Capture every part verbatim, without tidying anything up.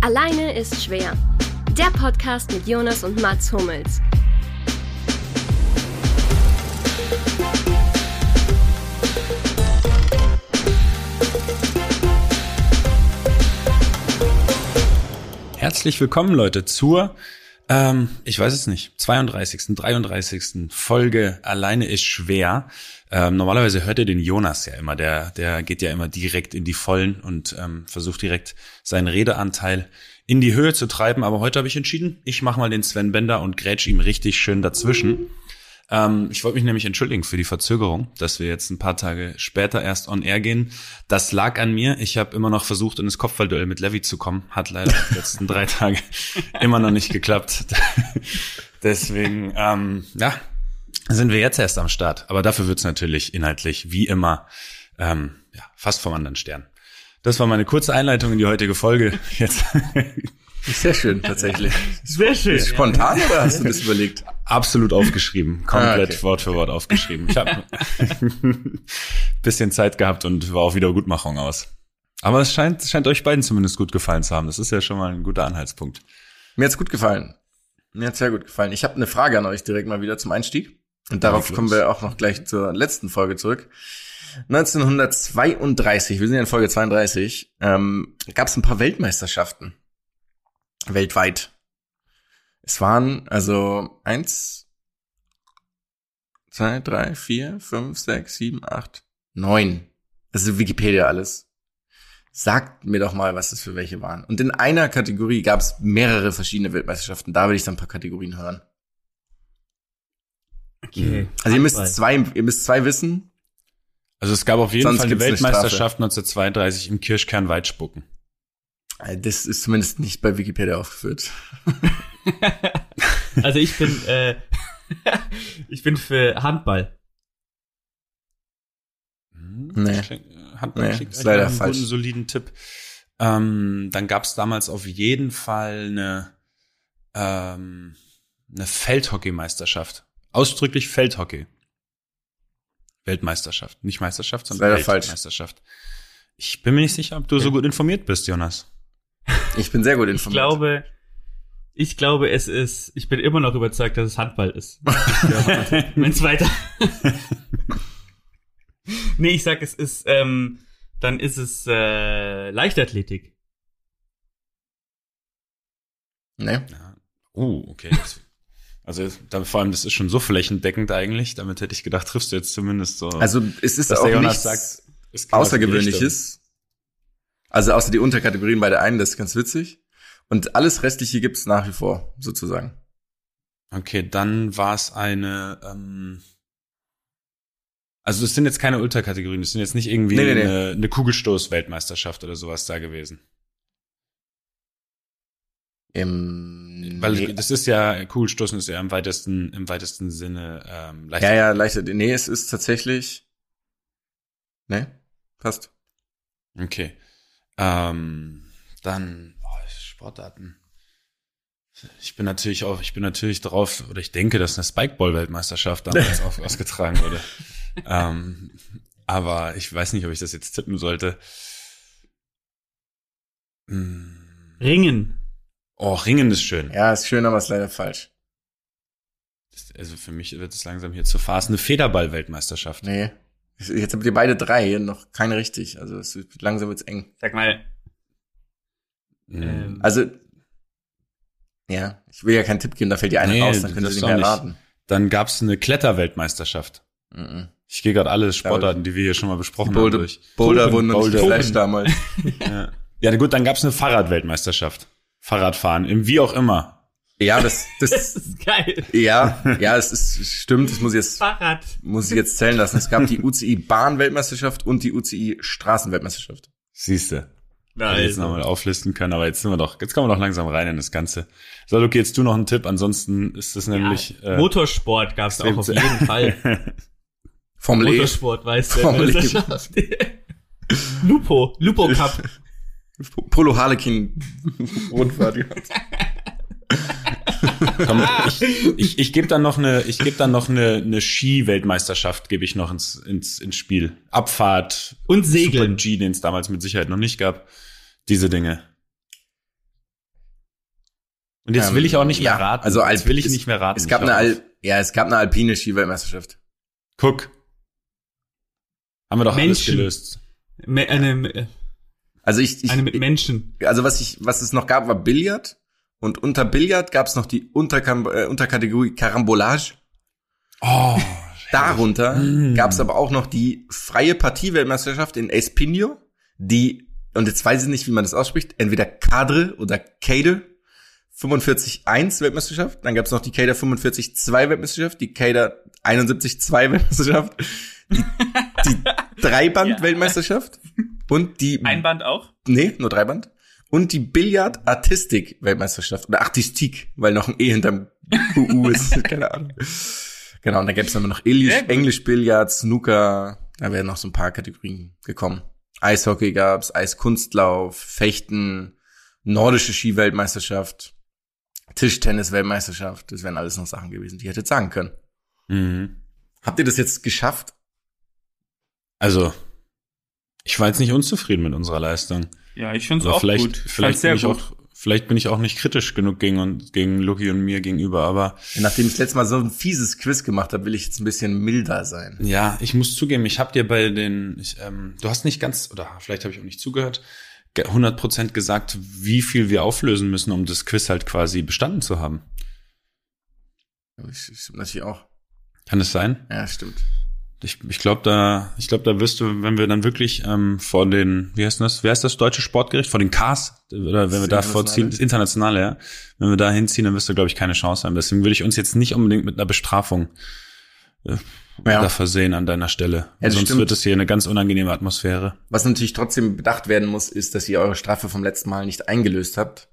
Alleine ist schwer. Der Podcast mit Jonas und Mats Hummels. Herzlich willkommen, Leute, zur, ähm, ich weiß es nicht, zweiunddreißigsten, dreiunddreißigsten Folge Alleine ist schwer. Ähm, normalerweise hört ihr den Jonas ja immer, der der geht ja immer direkt in die Vollen und ähm, versucht direkt seinen Redeanteil in die Höhe zu treiben. Aber heute habe ich entschieden, ich mache mal den Sven Bender und grätsch ihm richtig schön dazwischen. Ähm, ich wollte mich nämlich entschuldigen für die Verzögerung, dass wir jetzt ein paar Tage später erst on air gehen. Das lag an mir. Ich habe immer noch versucht, in das Kopfballduell mit Levi zu kommen. Hat leider die letzten drei Tage immer noch nicht geklappt. Deswegen, ähm, ja, sind wir jetzt erst am Start. Aber dafür wird's natürlich inhaltlich, wie immer, ähm, ja, fast vom anderen Stern. Das war meine kurze Einleitung in die heutige Folge. Jetzt sehr schön, tatsächlich. Sehr schön. Ist spontan oder hast du das überlegt? Absolut aufgeschrieben. Komplett ah, okay. Wort für Wort aufgeschrieben. Ich habe ein bisschen Zeit gehabt und war auf Wiedergutmachung aus. Aber es scheint, scheint euch beiden zumindest gut gefallen zu haben. Das ist ja schon mal ein guter Anhaltspunkt. Mir hat's gut gefallen. Mir hat's sehr gut gefallen. Ich habe eine Frage an euch direkt mal wieder zum Einstieg. Und darauf kommen wir auch noch gleich zur letzten Folge zurück. neunzehnhundertzweiunddreißig, wir sind ja in Folge zweiunddreißig, ähm, gab es ein paar Weltmeisterschaften. Weltweit. Es waren also eins, zwei, drei, vier, fünf, sechs, sieben, acht, neun. Das ist Wikipedia alles. Sagt mir doch mal, was das für welche waren. Und in einer Kategorie gab es mehrere verschiedene Weltmeisterschaften. Da will ich dann ein paar Kategorien hören. Okay. Also ihr müsst zwei, ihr müsst zwei wissen. Also es gab auf jeden Sonst Fall eine gibt's eine Weltmeisterschaft neunzehnhundertzweiunddreißig im Kirschkern Weitspucken. Das ist zumindest nicht bei Wikipedia aufgeführt. Also ich bin, äh, ich bin für Handball. Nee. Handball Nee, klingt ist leider einen falsch. guten, soliden Tipp. Ähm, dann gab es damals auf jeden Fall eine, ähm, eine Feldhockeymeisterschaft. Ausdrücklich Feldhockey. Weltmeisterschaft. Nicht Meisterschaft, sondern Leider falsch. Weltmeisterschaft. Ich bin mir nicht sicher, ob du so gut informiert bist, Jonas. Ich bin sehr gut Ich informiert. glaube, ich glaube, es ist, ich bin immer noch überzeugt, dass es Handball ist. Wenn's weiter. Nee, ich sag, es ist, ähm, dann ist es, äh, Leichtathletik. Nee. Ja. Oh, okay. Das, also da, vor allem, das ist schon so flächendeckend eigentlich. Damit hätte ich gedacht, triffst du jetzt zumindest so. Also es ist dass auch der Jonas nichts sagt, es geht aus in die Außergewöhnliches. Also außer die Unterkategorien bei der einen, das ist ganz witzig. Und alles Restliche gibt's nach wie vor, sozusagen. Richtung. Okay, dann war es eine, ähm, also es sind jetzt keine Ultrakategorien, das sind jetzt nicht irgendwie Nee, nee, nee. eine, eine Kugelstoß-Weltmeisterschaft oder sowas da gewesen. Im, Weil nee. das ist ja, Kugelstoßen ist ja im weitesten, im weitesten Sinne ähm, leicht. Ja, ja, leichter. Nee, es ist tatsächlich. Nee, passt. Okay. Ähm, dann oh, Sportarten. Ich bin natürlich auch, ich bin natürlich drauf, oder ich denke, dass eine Spikeball-Weltmeisterschaft damals auch ausgetragen wurde. ähm, aber ich weiß nicht, ob ich das jetzt tippen sollte. Hm. Ringen. Oh, Ringen ist schön. Ja, ist schön, aber ist leider falsch. Also für mich wird es langsam hier zu Farce. Eine Federball-Weltmeisterschaft. Nee. Jetzt habt ihr beide drei, noch keine richtig. Also es wird, langsam wird's eng. Sag mal, Hm. ähm, Also, ja, ich will ja keinen Tipp geben, da fällt die eine Nee, raus, dann können das sie auch nicht mehr nicht. raten. Dann gab's eine Kletterweltmeisterschaft. Mhm. Ich gehe gerade alle Sportarten, die wir hier schon mal besprochen haben, Boulder, durch. Boulder wurden noch nicht Boulder. geflasht damals. Ja. Ja, gut, dann gab's eine Fahrradweltmeisterschaft. Fahrradfahren, im wie auch immer. Ja, das, das das, ist geil. ja, ja, es ist, stimmt, das muss ich jetzt, Fahrrad. muss ich jetzt zählen lassen. Es gab die U C I-Bahn-Weltmeisterschaft und die U C I-Straßen-Weltmeisterschaft. Siehste. Na, Hätte ich jetzt also. nochmal auflisten können, aber jetzt sind wir doch, jetzt kommen wir doch langsam rein in das Ganze. So, okay, jetzt du noch einen Tipp, ansonsten ist das nämlich, Ja, äh, Motorsport gab's auch auf jeden Fall. Formel E. Motorsport, weißt du. Formel E. Meisterschaft. Lupo, Lupo Cup. Polo Harlequin Rundfahrt. Komm, ich ich, ich gebe dann noch eine, ich gebe dann noch eine, eine Ski-Weltmeisterschaft, gebe ich noch ins, ins, ins Spiel. Abfahrt Und Segeln. Super G, den es damals mit Sicherheit noch nicht gab. Diese Dinge. Und jetzt will ich auch nicht mehr ja, raten. Also jetzt will ich es, nicht mehr raten. Es gab eine Al- ja, es gab eine alpine Skiweltmeisterschaft. Guck. Haben wir doch alles Menschen. gelöst. Me- eine, Also ich, ich eine mit Menschen. also was ich was es noch gab, war Billard und unter Billard gab es noch die Unterkam- äh, Unterkategorie Carambolage. Oh, Darunter Mm. gab es aber auch noch die freie Partie-Weltmeisterschaft in Espinho, die, und jetzt weiß ich nicht, wie man das ausspricht, entweder Cadre oder Cade fünfundvierzig eins Weltmeisterschaft, dann gab es noch die Cade fünfundvierzig zwei Weltmeisterschaft, die Cade einundsiebzig zwei Weltmeisterschaft, die, die Dreiband-Weltmeisterschaft und die Einband auch? Nee, nur Dreiband. Und die Billard-Artistik-Weltmeisterschaft. Oder Artistik, weil noch ein E hinterm U U ist. Keine Ahnung. Genau, und dann gäbe es immer noch Englisch, Englisch-Billard, Snooker. Da wären noch so ein paar Kategorien gekommen. Eishockey gab's, Eiskunstlauf, Fechten, nordische Ski-Weltmeisterschaft, Tischtennis-Weltmeisterschaft. Das wären alles noch Sachen gewesen, die ihr hättet sagen können. Mhm. Habt ihr das jetzt geschafft? Also, ich war jetzt nicht unzufrieden mit unserer Leistung. Ja, ich finde es Aber auch vielleicht, gut. vielleicht bin ich auch, vielleicht bin ich auch nicht kritisch genug gegen und gegen Lucky und mir gegenüber, aber Nachdem ich das letzte Mal so ein fieses Quiz gemacht habe, will ich jetzt ein bisschen milder sein. ja, ich muss zugeben, ich habe dir bei den, ich, ähm, du hast nicht ganz, oder vielleicht habe ich auch nicht zugehört, ge- hundert Prozent gesagt, wie viel wir auflösen müssen, um das Quiz halt quasi bestanden zu haben. Ich, ich natürlich auch. Kann es sein? Ja, stimmt. Ich, ich glaube, da, ich glaube, da wirst du, wenn wir dann wirklich ähm, vor den, wie heißt das, wer ist das deutsche Sportgericht, vor den K A S, oder wenn wir da vorziehen, das Internationale, ja, wenn wir da hinziehen, dann wirst du, glaube ich, keine Chance haben. Deswegen will ich uns jetzt nicht unbedingt mit einer Bestrafung äh, Ja. da versehen an deiner Stelle. Ja, das Sonst stimmt. wird es hier eine ganz unangenehme Atmosphäre. Was natürlich trotzdem bedacht werden muss, ist, dass ihr eure Strafe vom letzten Mal nicht eingelöst habt.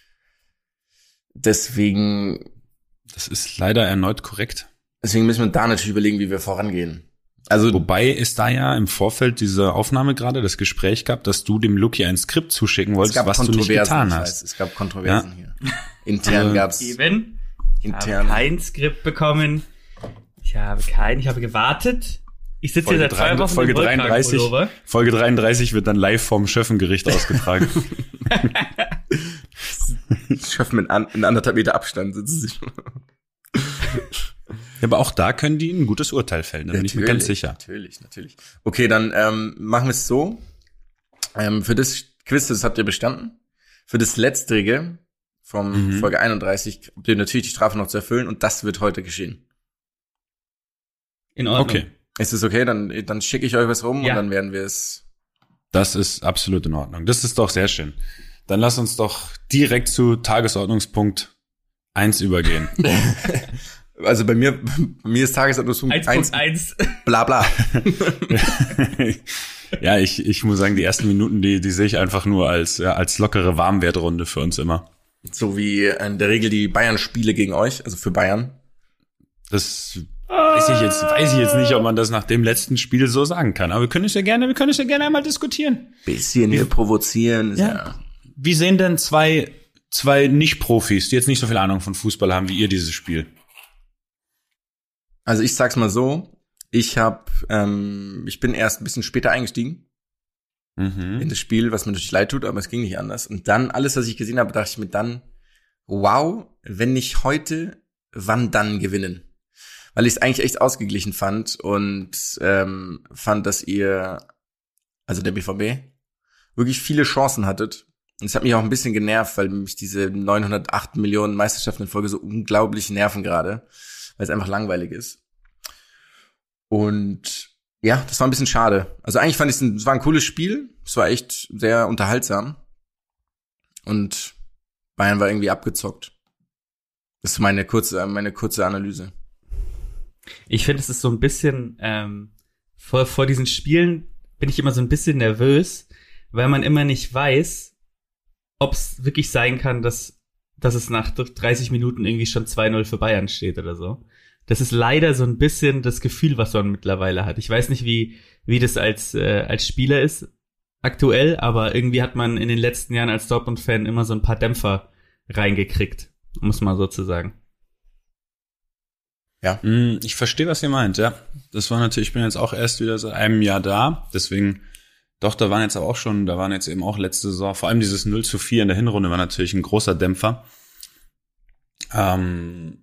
Deswegen, Das ist leider erneut korrekt. deswegen müssen wir da natürlich überlegen, wie wir vorangehen. Also, Wobei es da ja im Vorfeld dieser Aufnahme gerade das Gespräch gab, dass du dem Lucky ein Skript zuschicken es wolltest, gab was du nicht Kontroversen, getan ich hast. weiß, es gab Kontroversen Ja. hier. Intern Also, gab's, Eben. Ich habe intern. kein Skript bekommen. Ich habe kein, ich habe gewartet. Ich sitze hier Folge, seit zwei drei, Wochen Folge, im dreiunddreißig, Wollkragenpullover. Folge dreiunddreißig wird dann live vom Schöffengericht ausgetragen. Chef mit an, in anderthalb Meter Abstand sitzen sie. Ja, aber auch da können die ein gutes Urteil fällen, da bin ich mir ganz sicher. Natürlich, natürlich. Okay, dann ähm, machen wir es so. Ähm, für das Quiz, das habt ihr bestanden. Für das letztrige vom Mhm. Folge einunddreißig habt ihr natürlich die Strafe noch zu erfüllen und das wird heute geschehen. In Ordnung. Okay, Ist es okay? Dann, dann schicke ich euch was rum Ja. und dann werden wir es. das ist absolut in Ordnung. Das ist doch sehr schön. Dann lass uns doch direkt zu Tagesordnungspunkt eins übergehen. Also bei mir, bei mir ist Tagesordnungspunkt eins eins, Punkt eins. bla bla. Ja, ich, ich muss sagen, die ersten Minuten, die, die sehe ich einfach nur als, ja, als lockere Warmwertrunde für uns immer. So wie in der Regel die Bayern-Spiele gegen euch, also für Bayern. Das weiß ich jetzt, weiß ich jetzt nicht, ob man das nach dem letzten Spiel so sagen kann. Aber wir können es ja gerne, wir können es ja gerne einmal diskutieren. Bisschen hier provozieren. Ist Ja. ja. Wie sehen denn zwei, zwei Nicht-Profis, die jetzt nicht so viel Ahnung von Fußball haben wie ihr, dieses Spiel? Also ich sag's mal so, ich hab, ähm, ich bin erst ein bisschen später eingestiegen in Mhm. das Spiel, was mir natürlich leid tut, aber es ging nicht anders. Und dann, alles, was ich gesehen habe, dachte ich mir dann, wow, wenn nicht heute, wann dann gewinnen? Weil ich es eigentlich echt ausgeglichen fand und ähm, fand, dass ihr, also der B V B, wirklich viele Chancen hattet. Und es hat mich auch ein bisschen genervt, weil mich diese neunhundertacht Millionen Meisterschaften in Folge so unglaublich nerven gerade, weil es einfach langweilig ist. Und ja, das war ein bisschen schade. Also eigentlich fand ich es ein, es war ein cooles Spiel. Es war echt sehr unterhaltsam. Und Bayern war irgendwie abgezockt. Das ist meine kurze, meine kurze Analyse. Ich finde, es ist so ein bisschen, ähm, vor, vor diesen Spielen bin ich immer so ein bisschen nervös, weil man immer nicht weiß, ob es wirklich sein kann, dass, dass es nach dreißig Minuten irgendwie schon zwei null für Bayern steht oder so. Das ist leider so ein bisschen das Gefühl, was man mittlerweile hat. Ich weiß nicht, wie, wie das als, äh, als Spieler ist aktuell, aber irgendwie hat man in den letzten Jahren als Dortmund-Fan immer so ein paar Dämpfer reingekriegt, muss man so zu sagen. Ja. Mm, Ich verstehe, was ihr meint, ja. Das war natürlich, ich bin jetzt auch erst wieder seit einem Jahr da, deswegen, doch, da waren jetzt aber auch schon, da waren jetzt eben auch letzte Saison, vor allem dieses null zu vier in der Hinrunde war natürlich ein großer Dämpfer. ähm,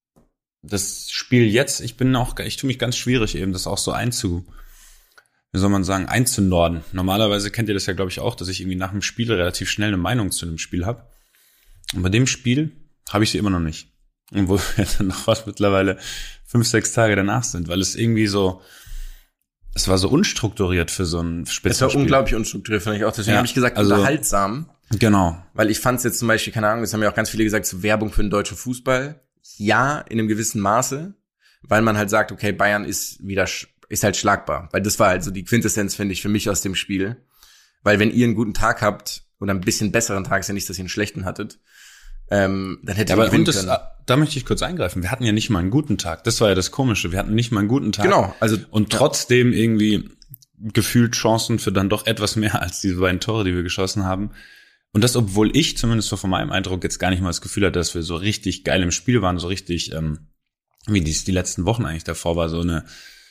das Spiel jetzt, ich bin auch, ich tue mich ganz schwierig eben, das auch so einzu, wie soll man sagen, einzunorden. Normalerweise kennt ihr das ja, glaube ich, auch, dass ich irgendwie nach dem Spiel relativ schnell eine Meinung zu einem Spiel habe. Und bei dem Spiel habe ich sie immer noch nicht. Und wo wir dann noch was mittlerweile fünf, sechs Tage danach sind, weil es irgendwie so, es war so unstrukturiert für so ein Spitzenspiel. Es war unglaublich unstrukturiert, finde ich auch. Deswegen ja, habe ich gesagt, also, unterhaltsam. Genau. Weil ich fand es jetzt zum Beispiel, keine Ahnung, das haben ja auch ganz viele gesagt, so Werbung für den deutschen Fußball. Ja, in einem gewissen Maße, weil man halt sagt, okay, Bayern ist wieder, ist halt schlagbar. Weil das war halt so die Quintessenz, finde ich, für mich aus dem Spiel. Weil wenn ihr einen guten Tag habt, oder ein bisschen besseren Tag, ist ja nicht, dass ihr einen schlechten hattet, ähm, dann hätte ja, ihr aber gewinnen und das, können. da möchte ich kurz eingreifen. Wir hatten ja nicht mal einen guten Tag. Das war ja das Komische. Wir hatten nicht mal einen guten Tag. Genau. Also, und trotzdem ja. irgendwie gefühlt Chancen für dann doch etwas mehr als diese beiden Tore, die wir geschossen haben. Und das, obwohl ich zumindest so von meinem Eindruck jetzt gar nicht mal das Gefühl hatte, dass wir so richtig geil im Spiel waren, so richtig, ähm, wie dies die letzten Wochen eigentlich davor war, so eine,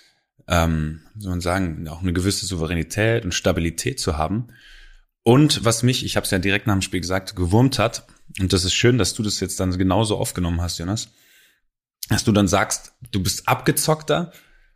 ähm, soll man sagen, auch eine gewisse Souveränität und Stabilität zu haben. Und was mich, ich habe es ja direkt nach dem Spiel gesagt, gewurmt hat, und das ist schön, dass du das jetzt dann genauso aufgenommen hast, Jonas, dass du dann sagst, du bist abgezockter,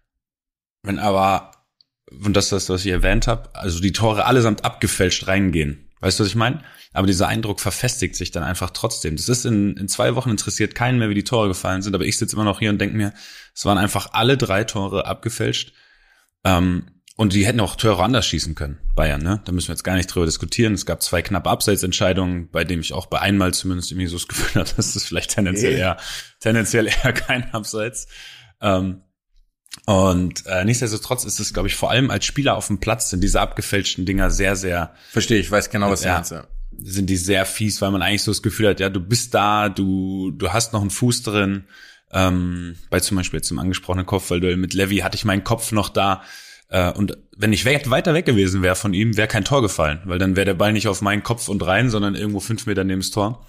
wenn aber, und das ist das, was ich erwähnt habe, also die Tore allesamt abgefälscht reingehen. Weißt du, was ich meine? Aber dieser Eindruck verfestigt sich dann einfach trotzdem. Das ist in, in zwei Wochen interessiert keinen mehr, wie die Tore gefallen sind, aber ich sitze immer noch hier und denke mir, es waren einfach alle drei Tore abgefälscht. Ähm, und die hätten auch Tore anders schießen können, Bayern, ne? Da müssen wir jetzt gar nicht drüber diskutieren. Es gab zwei knappe Abseitsentscheidungen, bei dem ich auch bei einmal zumindest irgendwie so das Gefühl hatte, dass das vielleicht tendenziell eher, tendenziell eher kein Abseits. Ähm, Und äh, nichtsdestotrotz ist es, glaube ich, vor allem als Spieler auf dem Platz sind diese abgefälschten Dinger sehr, sehr... Verstehe, ich weiß genau, was ja, du meinst. Ja. Sind die sehr fies, weil man eigentlich so das Gefühl hat, ja, du bist da, du du hast noch einen Fuß drin. Ähm, bei zum Beispiel jetzt im angesprochenen Kopfballduell mit Levy hatte ich meinen Kopf noch da. Äh, und wenn ich we- weiter weg gewesen wäre von ihm, wäre kein Tor gefallen, weil dann wäre der Ball nicht auf meinen Kopf und rein, sondern irgendwo fünf Meter neben das Tor.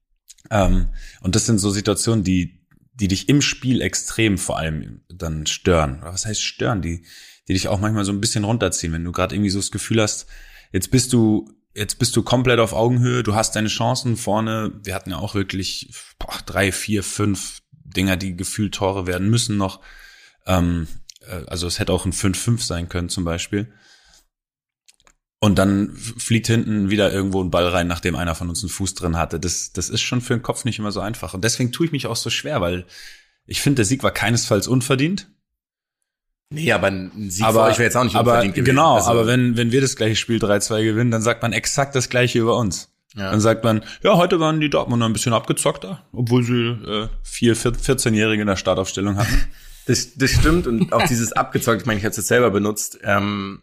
Ähm, und das sind so Situationen, die die dich im Spiel extrem vor allem dann stören. Oder was heißt stören? Die, die dich auch manchmal so ein bisschen runterziehen, wenn du gerade irgendwie so das Gefühl hast, jetzt bist du, jetzt bist du komplett auf Augenhöhe, du hast deine Chancen vorne. Wir hatten ja auch wirklich boah, drei, vier, fünf Dinger, die gefühlt Tore werden müssen noch. Ähm, also es hätte auch ein fünf fünf sein können zum Beispiel. Und dann fliegt hinten wieder irgendwo ein Ball rein, nachdem einer von uns einen Fuß drin hatte. Das, das ist schon für den Kopf nicht immer so einfach. Und deswegen tue ich mich auch so schwer, weil ich finde, der Sieg war keinesfalls unverdient. Nee, aber ein Sieg aber, für euch wäre jetzt auch nicht aber, unverdient gewesen. Genau, also, aber wenn, wenn wir das gleiche Spiel drei zwei gewinnen, dann sagt man exakt das Gleiche über uns. Ja. Dann sagt man, ja, heute waren die Dortmunder ein bisschen abgezockter, obwohl sie äh, vier, vierzehnjährige in der Startaufstellung hatten. Das, das stimmt. Und auch dieses abgezockt, ich meine, ich habe es jetzt selber benutzt, ähm,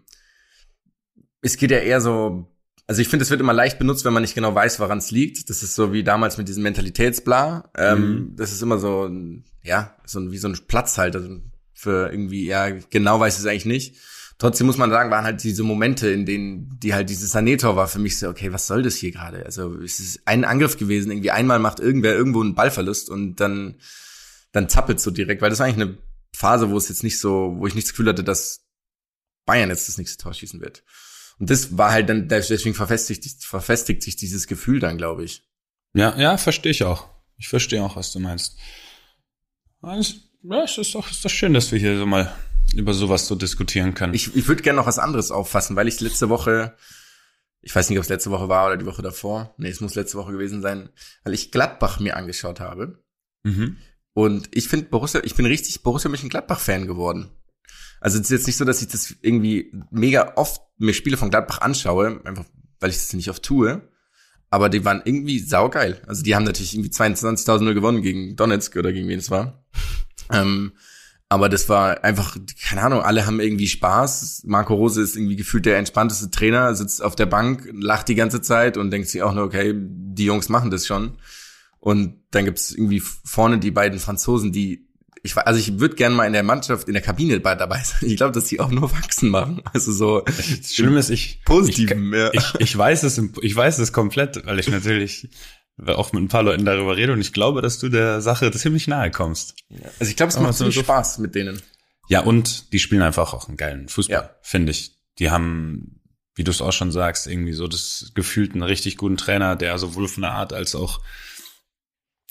es geht ja eher so, also ich finde, es wird immer leicht benutzt, wenn man nicht genau weiß, woran es liegt. Das ist so wie damals mit diesem Mentalitätsbla. Ähm, mhm. Das ist immer so, ja, so wie so ein Platzhalter für irgendwie, ja, genau weiß es eigentlich nicht. Trotzdem muss man sagen, waren halt diese Momente, in denen die halt dieses Sané-Tor war für mich so, okay, was soll das hier gerade? Also es ist ein Angriff gewesen, irgendwie einmal macht irgendwer irgendwo einen Ballverlust und dann dann zappelt so direkt, weil das war eigentlich eine Phase, wo es jetzt nicht so, wo ich nicht das Gefühl hatte, dass Bayern jetzt das nächste Tor schießen wird. Und das war halt dann, deswegen verfestigt, verfestigt sich dieses Gefühl dann, glaube ich. Ja, ja, verstehe ich auch. Ich verstehe auch, was du meinst. Ja, es ist doch, ist doch schön, dass wir hier so mal über sowas so diskutieren können. Ich, ich würde gerne noch was anderes auffassen, weil ich letzte Woche, ich weiß nicht, ob es letzte Woche war oder die Woche davor. Nee, es muss letzte Woche gewesen sein, weil ich Gladbach mir angeschaut habe. Mhm. Und ich finde Borussia, ich bin richtig Borussia Mönchengladbach-Fan geworden. Also es ist jetzt nicht so, dass ich das irgendwie mega oft mir Spiele von Gladbach anschaue, einfach weil ich das nicht oft tue. Aber die waren irgendwie saugeil. Also die haben natürlich irgendwie zweiundzwanzigtausend null gewonnen gegen Donetsk oder gegen wen es war. ähm, aber das war einfach, keine Ahnung, alle haben irgendwie Spaß. Marco Rose ist irgendwie gefühlt der entspannteste Trainer, sitzt auf der Bank, lacht die ganze Zeit und denkt sich auch nur, okay, die Jungs machen das schon. Und dann gibt's irgendwie vorne die beiden Franzosen, die Ich, also ich würde gerne mal in der Mannschaft, in der Kabine dabei sein. Ich glaube, dass die auch nur wachsen machen. Also so. Das Schlimme ist, ich, Positiven, ich, ja. ich, ich weiß es, ich weiß es komplett, weil ich natürlich auch mit ein paar Leuten darüber rede und ich glaube, dass du der Sache ziemlich nahe kommst. Also ich glaube, es macht so viel Spaß mit denen. Ja, und die spielen einfach auch einen geilen Fußball, ja. finde ich. Die haben, wie du es auch schon sagst, irgendwie so das gefühlt einen richtig guten Trainer, der sowohl von der Art als auch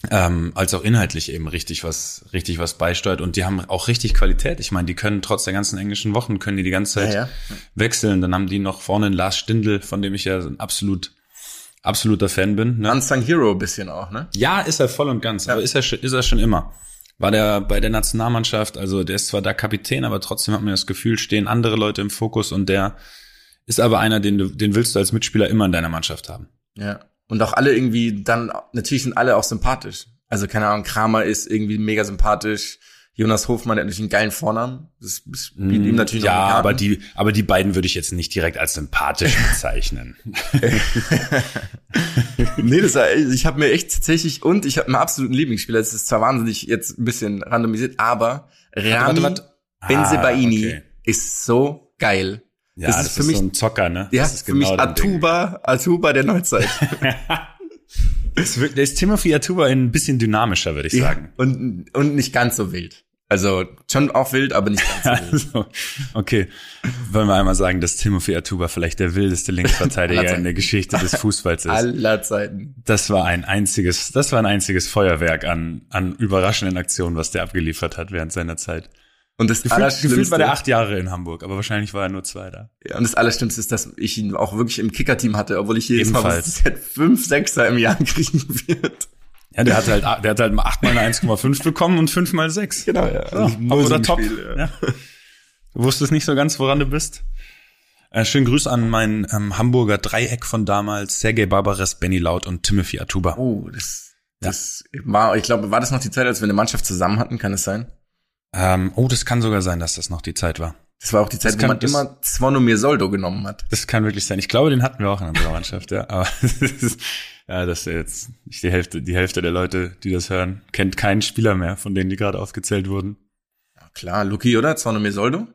ähm, als auch inhaltlich eben richtig was, richtig was beisteuert. Und die haben auch richtig Qualität. Ich meine, die können trotz der ganzen englischen Wochen, können die die ganze Zeit Ja, ja. wechseln. Dann haben die noch vorne einen Lars Stindl, von dem ich ja ein absolut, absoluter Fan bin. Ne? Unsung Hero ein bisschen auch, ne? Ja, ist er voll und ganz. Ja. Aber ist er, schon- ist er schon immer. War der bei der Nationalmannschaft, also der ist zwar da Kapitän, aber trotzdem hat man das Gefühl, stehen andere Leute im Fokus und der ist aber einer, den du, den willst du als Mitspieler immer in deiner Mannschaft haben. Ja. Und auch alle irgendwie dann, natürlich sind alle auch sympathisch. Also, keine Ahnung, Kramer ist irgendwie mega sympathisch. Jonas Hofmann hat natürlich einen geilen Vornamen. Das spielt ihm natürlich Ja, noch in die Karten. aber die, aber die beiden würde ich jetzt nicht direkt als sympathisch bezeichnen. Nee, das war, ich habe mir echt tatsächlich, und ich habe einen absoluten Lieblingsspieler, das ist zwar wahnsinnig jetzt ein bisschen randomisiert, aber Rami warte, warte. Bensebaini Ah, okay. ist so geil. Ja, das das, ist ist für mich, so ein Zocker, ne? ja, das ist für mich genau dein Ding. Atuba, Atuba der Neuzeit. Das ist wirklich, der ist Timothy Atuba ein bisschen dynamischer, würde ich Ja, sagen. und, und nicht ganz so wild. Also schon auch wild, aber nicht ganz so wild. Also, okay, wollen wir einmal sagen, dass Timothy Atuba vielleicht der wildeste Linksverteidiger Aller in der Geschichte des Fußballs ist. Aller Zeiten. Das war ein einziges, das war ein einziges Feuerwerk an, an überraschenden Aktionen, was der abgeliefert hat während seiner Zeit. Und das Gefühlt, gefühlt Allerschlimmste, war der acht Jahre in Hamburg, aber wahrscheinlich war er nur zwei da. ja, und das Allerschlimmste ist, dass ich ihn auch wirklich im Kickerteam hatte, obwohl ich jedes Mal Ebenfalls. wusste, dass er fünf Sechser im Jahr kriegen wird. Ja, der hat halt, der hat halt mal achtmal eine eins Komma fünf bekommen und fünfmal sechs. Genau, ja. Ja, Also top nur so oder ein top. Spiel, ja. Ja. Du wusstest nicht so ganz, woran du bist. Äh, schönen Gruß an mein ähm, Hamburger Dreieck von damals, Sergej Barbares, Benny Laut und Timothy Atuba. Oh, das, das war, ich glaube, war das noch die Zeit, als wir eine Mannschaft zusammen hatten, kann es sein? Ähm, oh, das kann sogar sein, dass das noch die Zeit war. Das war auch die Zeit, Das wo kann- man das- immer Zwonomir Soldo genommen hat. Das kann wirklich sein. Ich glaube, den hatten wir auch in unserer Mannschaft, ja. Aber das ist, ja, das ist jetzt nicht die Hälfte, die Hälfte der Leute, die das hören, kennt keinen Spieler mehr, von denen die gerade aufgezählt wurden. Ja, klar, Luki, oder? Zwonomir Soldo?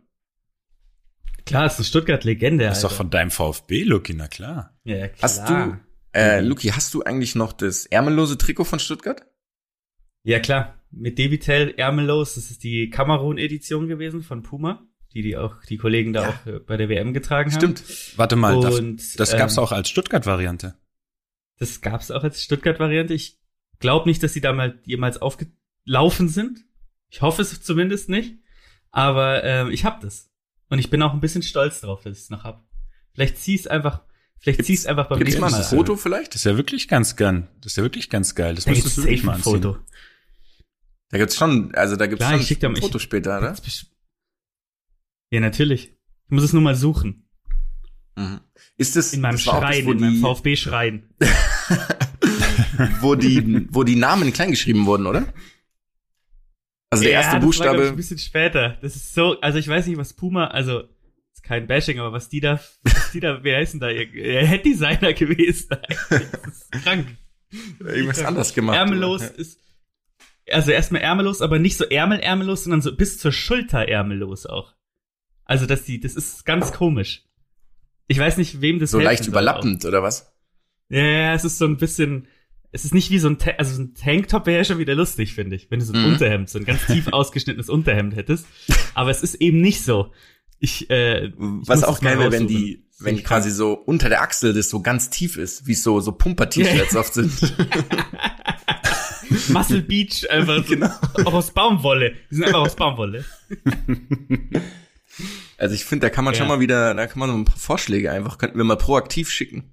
Klar, ist eine Stuttgart-Legende. Das ist doch Alter. von deinem VfB, Luki, na klar. Ja, ja, klar. Hast du, äh, Luki, hast du eigentlich noch das ärmellose Trikot von Stuttgart? Ja, klar. Mit Debitel Ärmellos, das ist die Kamerun-Edition gewesen von Puma, die die auch die Kollegen da Ja. auch äh, bei der W M getragen haben. Stimmt. Warte mal, das, Und, das gab's ähm, auch als Stuttgart-Variante. Das gab's auch als Stuttgart-Variante. Ich glaube nicht, dass die da mal jemals aufgelaufen sind. Ich hoffe es zumindest nicht. Aber ähm, ich hab das. Und ich bin auch ein bisschen stolz drauf, dass ich es noch hab. Vielleicht zieh's einfach, vielleicht zieh's einfach beim Gibt's nächsten mal Mal ein an. Foto vielleicht? Das ist ja wirklich ganz geil. Das ist ja wirklich ganz geil. Das Da müsstest gibt's du wirklich safe mal ein anziehen. Foto. Da gibt's schon, also da gibt's Klar, schon ich schick dir ein mal- Foto ich- später, oder? Ja, natürlich. Ich muss es nur mal suchen. Mhm. Ist das, In meinem das war auch das, Schrein, wo in meinem die, VfB-Schrein. wo die, wo die Namen klein geschrieben wurden, oder? Also der Ja, erste das war, glaub ich, Buchstabe. ein bisschen später. Das ist so, also ich weiß nicht, was Puma, also ist kein Bashing, aber was die da, was die da, wer heißen da, ihr, ihr Head-Designer gewesen eigentlich. Das ist krank. Irgendwas anders gemacht. Ärmellos oder? ist, also erstmal ärmellos, aber nicht so ärmel-ärmellos, sondern so bis zur Schulter ärmellos auch. Also dass die, das ist ganz komisch. Ich weiß nicht, wem das So helfen leicht soll überlappend, oder was? auch. Ja, ja, es ist so ein bisschen, es ist nicht wie so ein, Ta also so ein Tanktop wäre ja schon wieder lustig, finde ich, wenn du so ein Mhm. Unterhemd, so ein ganz tief ausgeschnittenes Unterhemd hättest. Aber es ist eben nicht so. Ich, äh, ich Was muss auch es mal geil wäre, wenn raussuchen. die, Das wenn ist quasi so unter der Achsel das so ganz tief ist, wie so, so Pumper-T-Shirts oft sind. Muscle Beach einfach so, Genau. auch aus Baumwolle. Die sind einfach aus Baumwolle. Also ich finde, da kann man Ja. schon mal wieder, da kann man so ein paar Vorschläge einfach, könnten wir mal proaktiv schicken.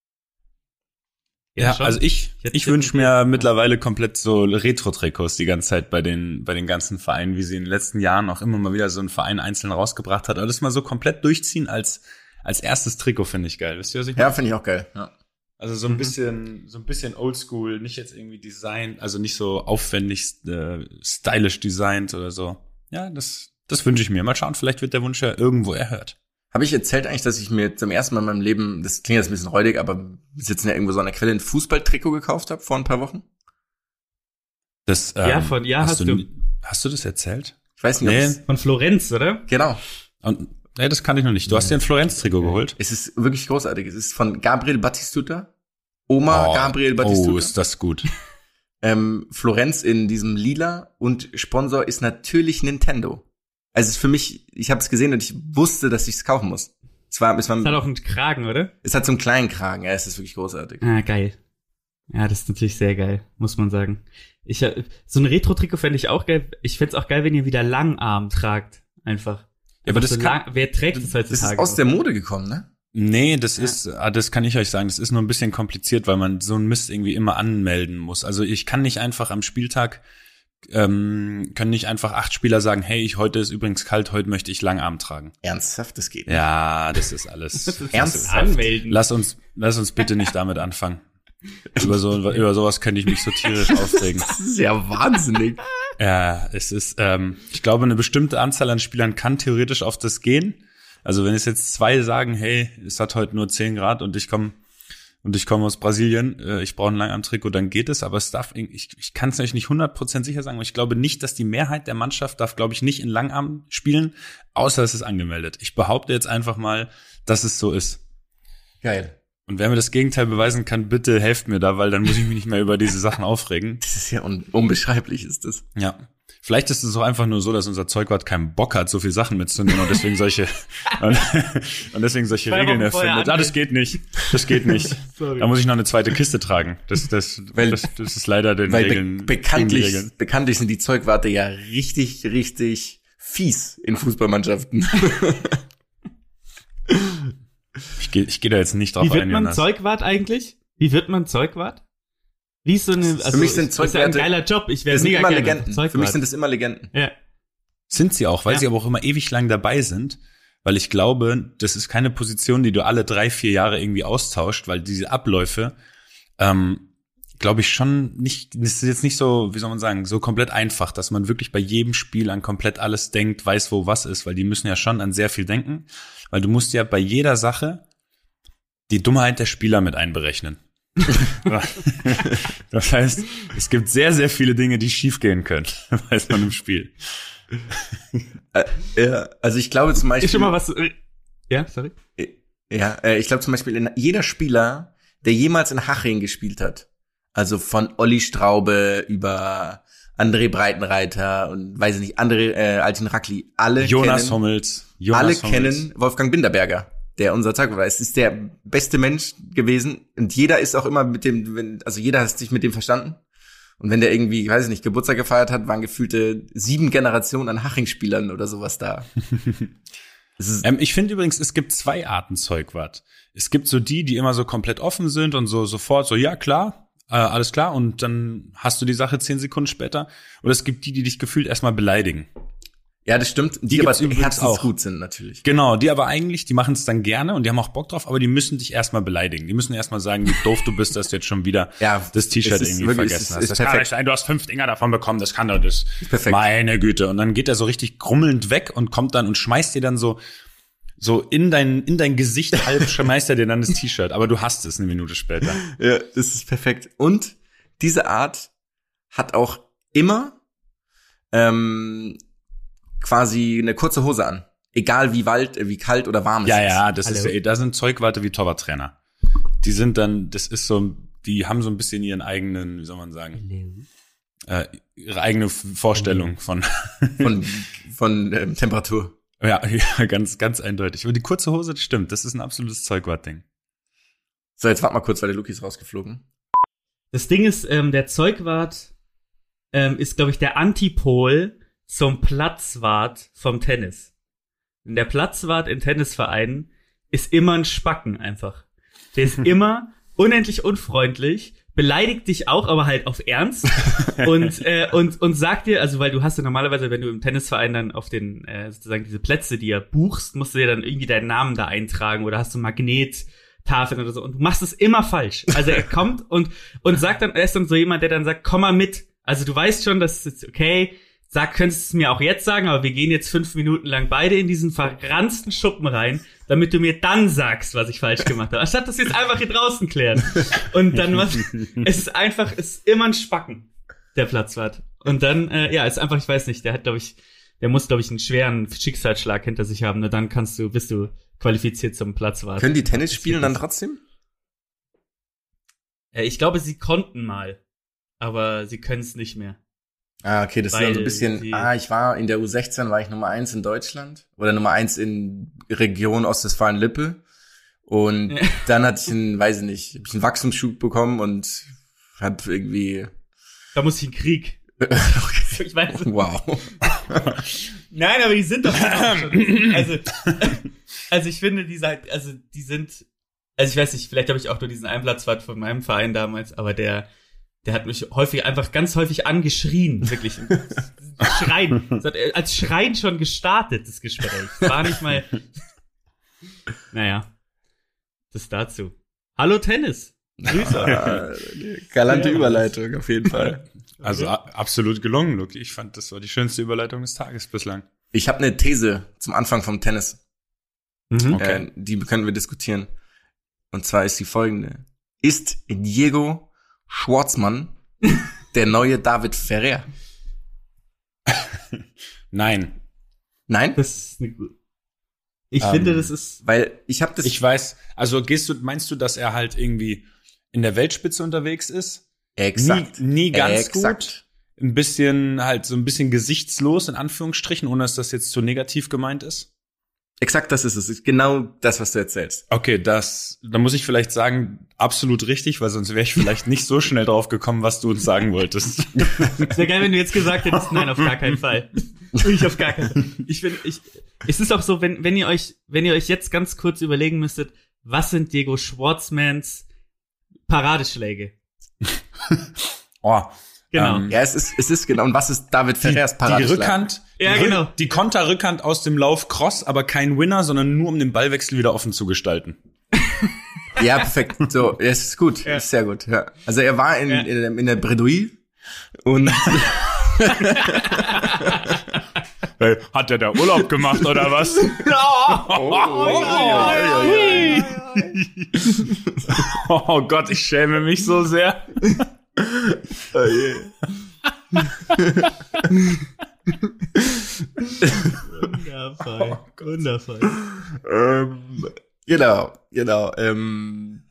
Ja, schon. also ich, Ich hätte- ich wünsche mir mittlerweile komplett so Retro-Trikots die ganze Zeit bei den, bei den ganzen Vereinen, wie sie in den letzten Jahren auch immer mal wieder so ein Verein einzeln rausgebracht hat. Aber das mal so komplett durchziehen als, als erstes Trikot finde ich geil. Wisst ihr, was ich meine? Ja, finde ich auch geil. Ja. Also so ein Mhm. bisschen, so ein bisschen oldschool, nicht jetzt irgendwie Design, also nicht so aufwendig, äh, stylisch designt oder so. Ja, das, das wünsche ich mir. Mal schauen, vielleicht wird der Wunsch ja irgendwo erhört. Habe ich erzählt eigentlich, dass ich mir zum ersten Mal in meinem Leben, das klingt jetzt ein bisschen räudig, aber wir sitzen ja irgendwo so an der Quelle, ein Fußballtrikot gekauft habe vor ein paar Wochen? Das, ähm, Ja, von- ja, hast du. nie- Hast du das erzählt? Ich weiß nicht, ob Nee. es, Von Florenz, oder? genau. Und, nee, das kann ich noch nicht. Du hast dir ein Florenz-Trikot geholt? Es ist wirklich großartig. Es ist von Gabriel Battistuta. Oma Oh, Gabriel Oh, Battistuta. ist das gut. ähm, Florenz in diesem Lila und Sponsor ist natürlich Nintendo. Also es ist für mich, ich habe es gesehen und ich wusste, dass ich es kaufen muss. Es war, es war, Das hat auch einen Kragen, oder? es hat so einen kleinen Kragen, ja, es ist wirklich großartig. Ah, geil. Ja, das ist natürlich sehr geil, muss man sagen. Ich, so ein Retro-Trikot fände ich auch geil. Ich fände es auch geil, wenn ihr wieder Langarm tragt, einfach. Ja, aber das so kann, lang, wer trägt das heutzutage? Das ist aus der Mode gekommen, ne? Nee, das Ja. ist, ah, das kann ich euch sagen, das ist nur ein bisschen kompliziert, weil man so einen Mist irgendwie immer anmelden muss. Also ich kann nicht einfach am Spieltag, ähm, können nicht einfach acht Spieler sagen, hey, ich, heute ist übrigens kalt, heute möchte ich Langarm tragen. Ernsthaft, das geht nicht. Ja, das ist alles. Das ist Ernsthaft? anmelden. Lass uns, lass uns bitte nicht damit anfangen. Über so, über sowas könnte ich mich so tierisch aufregen. Das ist ja wahnsinnig. Ja, es ist, ähm, ich glaube, eine bestimmte Anzahl an Spielern kann theoretisch auf das gehen. Also wenn es jetzt zwei sagen, hey, es hat heute nur zehn Grad und ich komme und ich komme aus Brasilien, äh, ich brauche ein Langarm-Trikot, dann geht es. Aber es darf, ich, ich kann es euch nicht hundert Prozent sicher sagen, aber ich glaube nicht, dass die Mehrheit der Mannschaft darf, glaube ich, nicht in Langarm spielen, außer es ist angemeldet. Ich behaupte jetzt einfach mal, dass es so ist. Geil. Und wer mir das Gegenteil beweisen kann, bitte helft mir da, weil dann muss ich mich nicht mehr über diese Sachen aufregen. Das ist ja un- unbeschreiblich, ist das. Ja. Vielleicht ist es auch einfach nur so, dass unser Zeugwart keinen Bock hat, so viel Sachen mitzunehmen und deswegen solche und, und deswegen solche Zwei Regeln Wochen vorher erfindet. Ah, das geht nicht. Das geht nicht. Sorry. Da muss ich noch eine zweite Kiste tragen. Das, das, Weil- das, das ist leider den Weil be- Regeln. gegen die bekanntlich, Regeln. bekanntlich sind die Zeugwarte ja richtig, richtig fies in Fußballmannschaften. Ich gehe ich geh da jetzt nicht drauf Wie wird ein, man Jonas. Zeugwart eigentlich? Wie wird man Zeugwart? Wie ist so eine, also, mich sind ist ja ein Zeugwarte- geiler Job. Ich wäre Das sind mega immer gerne Legenden. Zeugwart. Für mich sind das immer Legenden. ja. Sind sie auch, weil Ja. sie aber auch immer ewig lang dabei sind. Weil ich glaube, das ist keine Position, die du alle drei, vier Jahre irgendwie austauscht, weil diese Abläufe, ähm, glaube ich schon nicht, das ist jetzt nicht so, wie soll man sagen, so komplett einfach, dass man wirklich bei jedem Spiel an komplett alles denkt, weiß, wo was ist, weil die müssen ja schon an sehr viel denken, weil du musst ja bei jeder Sache die Dummheit der Spieler mit einberechnen. Das heißt, es gibt sehr, sehr viele Dinge, die schiefgehen können bei so einem Spiel. Äh, ja, also ich glaube zum Beispiel. Ist schon mal was, ja, sorry. Ja, äh, ich glaube zum Beispiel, in, jeder Spieler, der jemals in Haching gespielt hat, also von Olli Straube über André Breitenreiter und weiß ich nicht, andere äh, Altin Rackli, alle Jonas kennen, Hummels. Jonas alle Hummels. kennen Wolfgang Binderberger, der unser Zeugwart war. Es ist der beste Mensch gewesen und jeder ist auch immer mit dem, wenn, also jeder hat sich mit dem verstanden. Und wenn der irgendwie, weiß ich nicht, Geburtstag gefeiert hat, waren gefühlte sieben Generationen an Haching-Spielern oder sowas da. Es ist, Ähm, ich finde übrigens, es gibt zwei Arten Zeugwart. Es gibt so die, die immer so komplett offen sind und so sofort so, ja klar, äh, alles klar, und dann hast du die Sache zehn Sekunden später. Oder es gibt die, die dich gefühlt erstmal beleidigen. ja, das stimmt. Die, Die aber gibt's übrigens herzensgut sind natürlich. Genau, die aber eigentlich, die machen es dann gerne und die haben auch Bock drauf, aber die müssen dich erstmal beleidigen. Die müssen erstmal sagen, wie doof du bist, dass du jetzt schon wieder Ja, das T-Shirt es ist irgendwie wirklich- vergessen es ist- hast. ist Das kann perfekt. nicht sein, du hast fünf Dinger davon bekommen, das kann doch das. perfekt. Meine Güte. Und dann geht er so richtig grummelnd weg und kommt dann und schmeißt dir dann so so in dein in dein Gesicht halb schmeißt er dir dann das T-Shirt, aber du hast es eine Minute später. Ja, das ist perfekt. Und diese Art hat auch immer ähm, quasi eine kurze Hose an. Egal wie wald, äh, wie kalt oder warm es Ja, ist. ja, das Hallo. ist ja, da sind Zeugwarte wie Torwarttrainer. Die sind dann, das ist so, die haben so ein bisschen ihren eigenen, wie soll man sagen, äh, ihre eigene Vorstellung von, Von, von ähm, Temperatur. ja, ja, ganz, ganz eindeutig. Aber die kurze Hose, das stimmt, das ist ein absolutes Zeugwart-Ding. So, jetzt warte mal kurz, weil der Luki ist rausgeflogen. Das Ding ist, ähm, der Zeugwart ähm, ist, glaube ich, der Antipol zum Platzwart vom Tennis. Und der Platzwart in Tennisvereinen ist immer ein Spacken einfach. Der ist immer unendlich unfreundlich, beleidigt dich auch, aber halt auf Ernst und äh, und und sagt dir, also weil du hast ja normalerweise, wenn du im Tennisverein dann auf den äh, sozusagen diese Plätze, die ihr buchst, musst du dir dann irgendwie deinen Namen da eintragen oder hast du Magnettafeln oder so und du machst es immer falsch. Also er kommt und und sagt dann, er ist dann so jemand, der dann sagt, komm mal mit. Also du weißt schon, das ist okay. Sag, könntest du es mir auch jetzt sagen, aber wir gehen jetzt fünf Minuten lang beide in diesen verranzten Schuppen rein, damit du mir dann sagst, was ich falsch gemacht habe. Anstatt das jetzt einfach hier draußen klären. Und dann was, es ist einfach, es ist immer ein Spacken, der Platzwart. Und dann, äh, ja, ist einfach, ich weiß nicht, der hat, glaube ich, der muss, glaube ich, einen schweren Schicksalsschlag hinter sich haben. Nur dann kannst du, bist du qualifiziert zum Platzwart. Können die Tennis spielen dann trotzdem? Äh, ich glaube, sie konnten mal, aber sie können es nicht mehr. Ah, okay, das ist Weil dann so ein bisschen, die- ah, ich war in der U sechzehn, war ich Nummer eins in Deutschland oder Nummer eins in Region Ostwestfalen-Lippe und Ja. dann hatte ich einen, weiß ich nicht, hab ich einen Wachstumsschub bekommen und hat irgendwie... Da muss ich in Krieg. Okay. Ich weiß. Wow. Nein, aber die sind doch schon. Also, also ich finde, die halt, also die sind, also ich weiß nicht, vielleicht habe ich auch nur diesen Einplatz von meinem Verein damals, aber der, der hat mich häufig einfach ganz häufig angeschrien, wirklich. Schreien. Das hat als Schreien schon gestartet, das Gespräch. War nicht mal. Naja. Das dazu. Hallo Tennis. Grüße. Galante Überleitung, auf jeden Fall. Also a- absolut gelungen, Luki. Ich fand, das war die schönste Überleitung des Tages bislang. Ich habe eine These zum Anfang vom Tennis. Mhm. Okay. Äh, die können wir diskutieren. Und zwar ist die folgende. Ist Diego Schwartzman der neue David Ferrer? Nein. Nein? Das ist eine gute. Ich Ähm, finde, das ist. Weil ich habe das... Ich weiß, also gehst du, meinst du, dass er halt irgendwie in der Weltspitze unterwegs ist? Exakt. Nie, nie ganz Exakt. gut. Ein bisschen halt so ein bisschen gesichtslos, in Anführungsstrichen, ohne dass das jetzt zu negativ gemeint ist. Exakt, das ist es. Ist genau das, was du erzählst. Okay, das, da muss ich vielleicht sagen, absolut richtig, weil sonst wäre ich vielleicht nicht so schnell drauf gekommen, was du uns sagen wolltest. Wäre geil, wenn du jetzt gesagt hättest, nein, auf gar keinen Fall. Ich auf gar keinen Fall. Ich finde, ich, es ist auch so, wenn, wenn ihr euch, wenn ihr euch jetzt ganz kurz überlegen müsstet, was sind Diego Schwartzmans Paradeschläge? Oh, Genau. ähm, Ja, es ist, es ist genau. Und was ist David Ferrers die Paradeschlag? Rückhand, Ja, die, Rück- genau. die Konterrückhand aus dem Lauf Cross, aber kein Winner, sondern nur um den Ballwechsel wieder offen zu gestalten. Ja, perfekt. So, ja, es ist gut. Ja. Ist sehr gut. Ja. Also er war in, Ja. in, der- in der Bredouille und Hey, hat er da Urlaub gemacht oder was? Oh Gott, ich schäme mich so sehr. oh je. Wundervoll. Wundervoll. ähm, genau, genau. Ähm,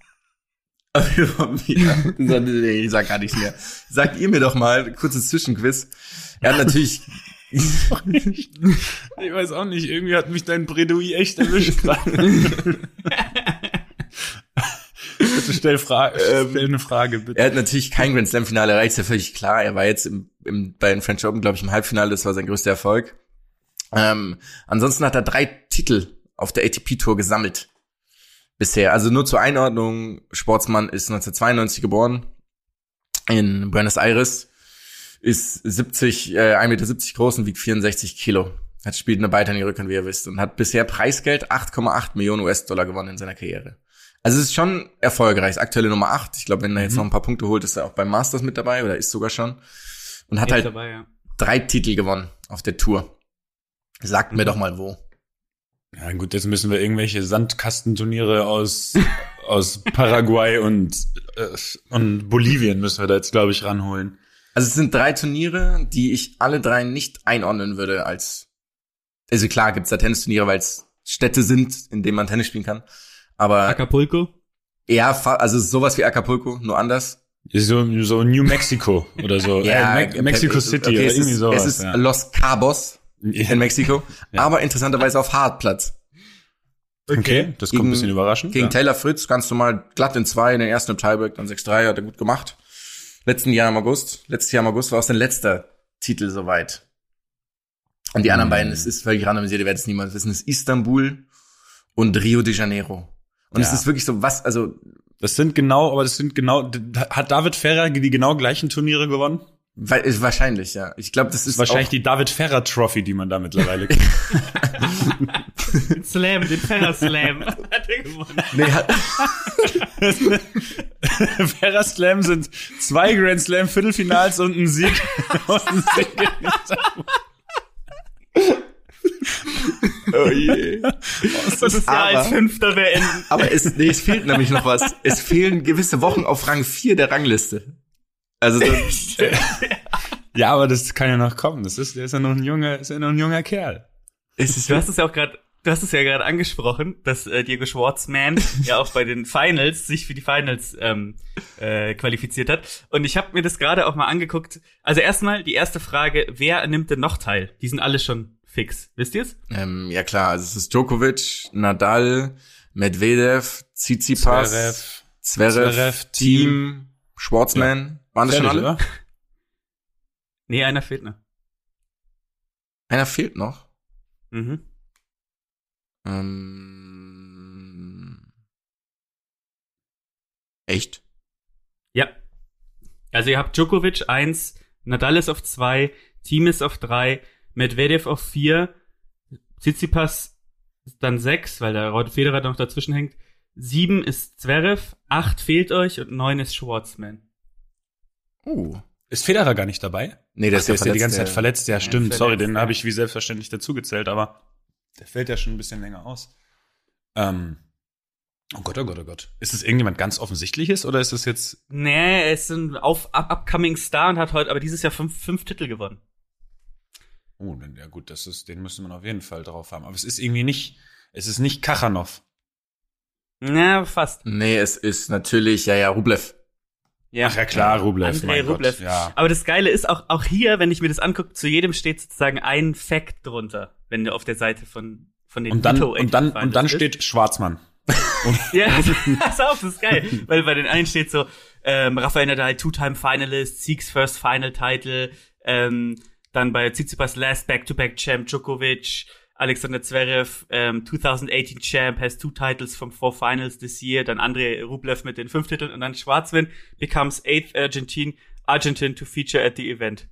ja, nee, ich sag gar nichts mehr. Sagt ihr mir doch mal, kurzes Zwischenquiz. Er hat natürlich Ich weiß auch nicht, irgendwie hat mich dein Bredouille echt erwischt gerade. Bitte stell, Fra- stell eine Frage, bitte. Er hat natürlich kein Grand Slam Finale erreicht, ist ja völlig klar. Er war jetzt im, im, bei den French Open, glaube ich, im Halbfinale. Das war sein größter Erfolg. Ähm, ansonsten hat er drei Titel auf der A T P Tour gesammelt. Bisher. Also nur zur Einordnung. Sportsmann ist neunzehnhundertzweiundneunzig geboren. In Buenos Aires. Ist siebzig, äh, ein Meter siebzig groß und wiegt vierundsechzig Kilo. Hat spielt eine Beiter in die Rückhand, wie ihr wisst. Und hat bisher Preisgeld acht Komma acht Millionen U S-Dollar gewonnen in seiner Karriere. Also es ist schon erfolgreich. Ist aktuelle Nummer acht. Ich glaube, wenn er jetzt Mhm. noch ein paar Punkte holt, ist er auch beim Masters mit dabei oder ist sogar schon. Und hat Ist halt dabei, ja. drei Titel gewonnen auf der Tour. Sagt mir doch mal wo. Ja gut, jetzt müssen wir irgendwelche Sandkastenturniere aus aus Paraguay und äh, und Bolivien müssen wir da jetzt, glaube ich, ranholen. Also es sind drei Turniere, die ich alle drei nicht einordnen würde als, also klar gibt's da Tennisturniere, weil es Städte sind, in denen man Tennis spielen kann. Aber Acapulco? eher, fa- also sowas wie Acapulco, nur anders. So so New Mexico oder so. äh, Me- Mexico City okay, oder es irgendwie ist, sowas. Es ist ja. Los Cabos Ja. in Mexiko, Ja. aber interessanterweise auf Hartplatz. Okay, das kommt Gegen- ein bisschen überraschend. Gegen ja. Taylor Fritz, ganz normal, glatt in zwei, in den ersten im Tiebreak, dann sechs drei, hat er gut gemacht. Letzten Jahr im August, letztes Jahr im August war auch sein letzter Titel soweit. Und die anderen Mhm. beiden, es ist völlig randomisiert, ihr werdet es niemals wissen, es ist Istanbul und Rio de Janeiro. Und Ja. es ist wirklich so, was, also, Das sind genau, aber das sind genau, hat David Ferrer die genau gleichen Turniere gewonnen? weil, ist wahrscheinlich, ja. Ich glaube, das Das ist ist wahrscheinlich auch, die David Ferrer Trophy, die man da mittlerweile kennt. Den Slam, den Ferrer Slam. Hat er gewonnen. nee, hat, Ferrer Slam sind zwei Grand Slam Viertelfinals und ein Sieg. und ein Sieg in Istanbul. oh je. Und das Jahr aber- als Fünfter beenden. Aber es, nee, es fehlt nämlich noch was. Es fehlen gewisse Wochen auf Rang vier der Rangliste. Also, das, Ja, aber das kann ja noch kommen. Das ist, der ist ja noch ein junger, ist ja noch ein junger Kerl. es ist Du hast es ja auch gerade, du hast es ja gerade angesprochen, dass äh, Diego Schwartzman ja auch bei den Finals sich für die Finals ähm, äh, qualifiziert hat. Und ich habe mir das gerade auch mal angeguckt. Also erstmal die erste Frage: Wer nimmt denn noch teil? Die sind alle schon fix. Wisst ihr's? Ähm, ja klar, also es ist Djokovic, Nadal, Medvedev, Tsitsipas, Zverev, Zverev, Zverev, Team, Schwartzman, Waren das schon Fertig, alle? oder? Nee, einer fehlt noch. Einer fehlt noch. Mhm. Ähm, echt? Ja. Also ihr habt Djokovic eins, Nadal ist auf zwei, Thiem ist auf drei, Medvedev auf vier, Tsitsipas dann sechs, weil der Roger Federer noch dazwischen hängt. Sieben ist Zverev, acht fehlt euch und neun ist Schwartzman. Uh. Ist Federer gar nicht dabei? Nee, der Ach, ist der ja ist ja die ganze verletzt, Zeit verletzt. Ja, stimmt. verletzt, Sorry, den ja. habe ich wie selbstverständlich dazugezählt, aber der fällt ja schon ein bisschen länger aus. Ähm, oh Gott, oh Gott, oh Gott. Ist es irgendjemand ganz Offensichtliches oder ist es jetzt... Nee, er ist ein auf, up, upcoming Star und hat heute aber dieses Jahr fünf, fünf Titel gewonnen. Oh, dann, ja gut, das ist, den müsste man auf jeden Fall drauf haben. Aber es ist irgendwie nicht, es ist nicht Kachanov. Na, fast. Nee, es ist natürlich, ja, ja, Rublev. Ja. Ach ja, klar, Rublev, Andrei mein Rublev. Gott. Ja. Aber das Geile ist auch, auch hier, wenn ich mir das angucke, zu jedem steht sozusagen ein Fact drunter, wenn du auf der Seite von, von den Und dann, Vito und dann, Finals und dann bist. steht Schwarzmann. Ja, pass auf, das ist geil. Weil bei den einen steht so, ähm, Rafael Nadal, Two-Time-Finalist, Siegs First Final-Title, ähm, dann bei Tsitsipas Last Back-to-Back-Champ Djokovic, Alexander Zverev, ähm, twenty eighteen Champ, has two titles from four finals this year, dann Andrei Rublev mit den fünf Titeln und dann Schwarzman becomes eighth Argentine, Argentine to feature at the event.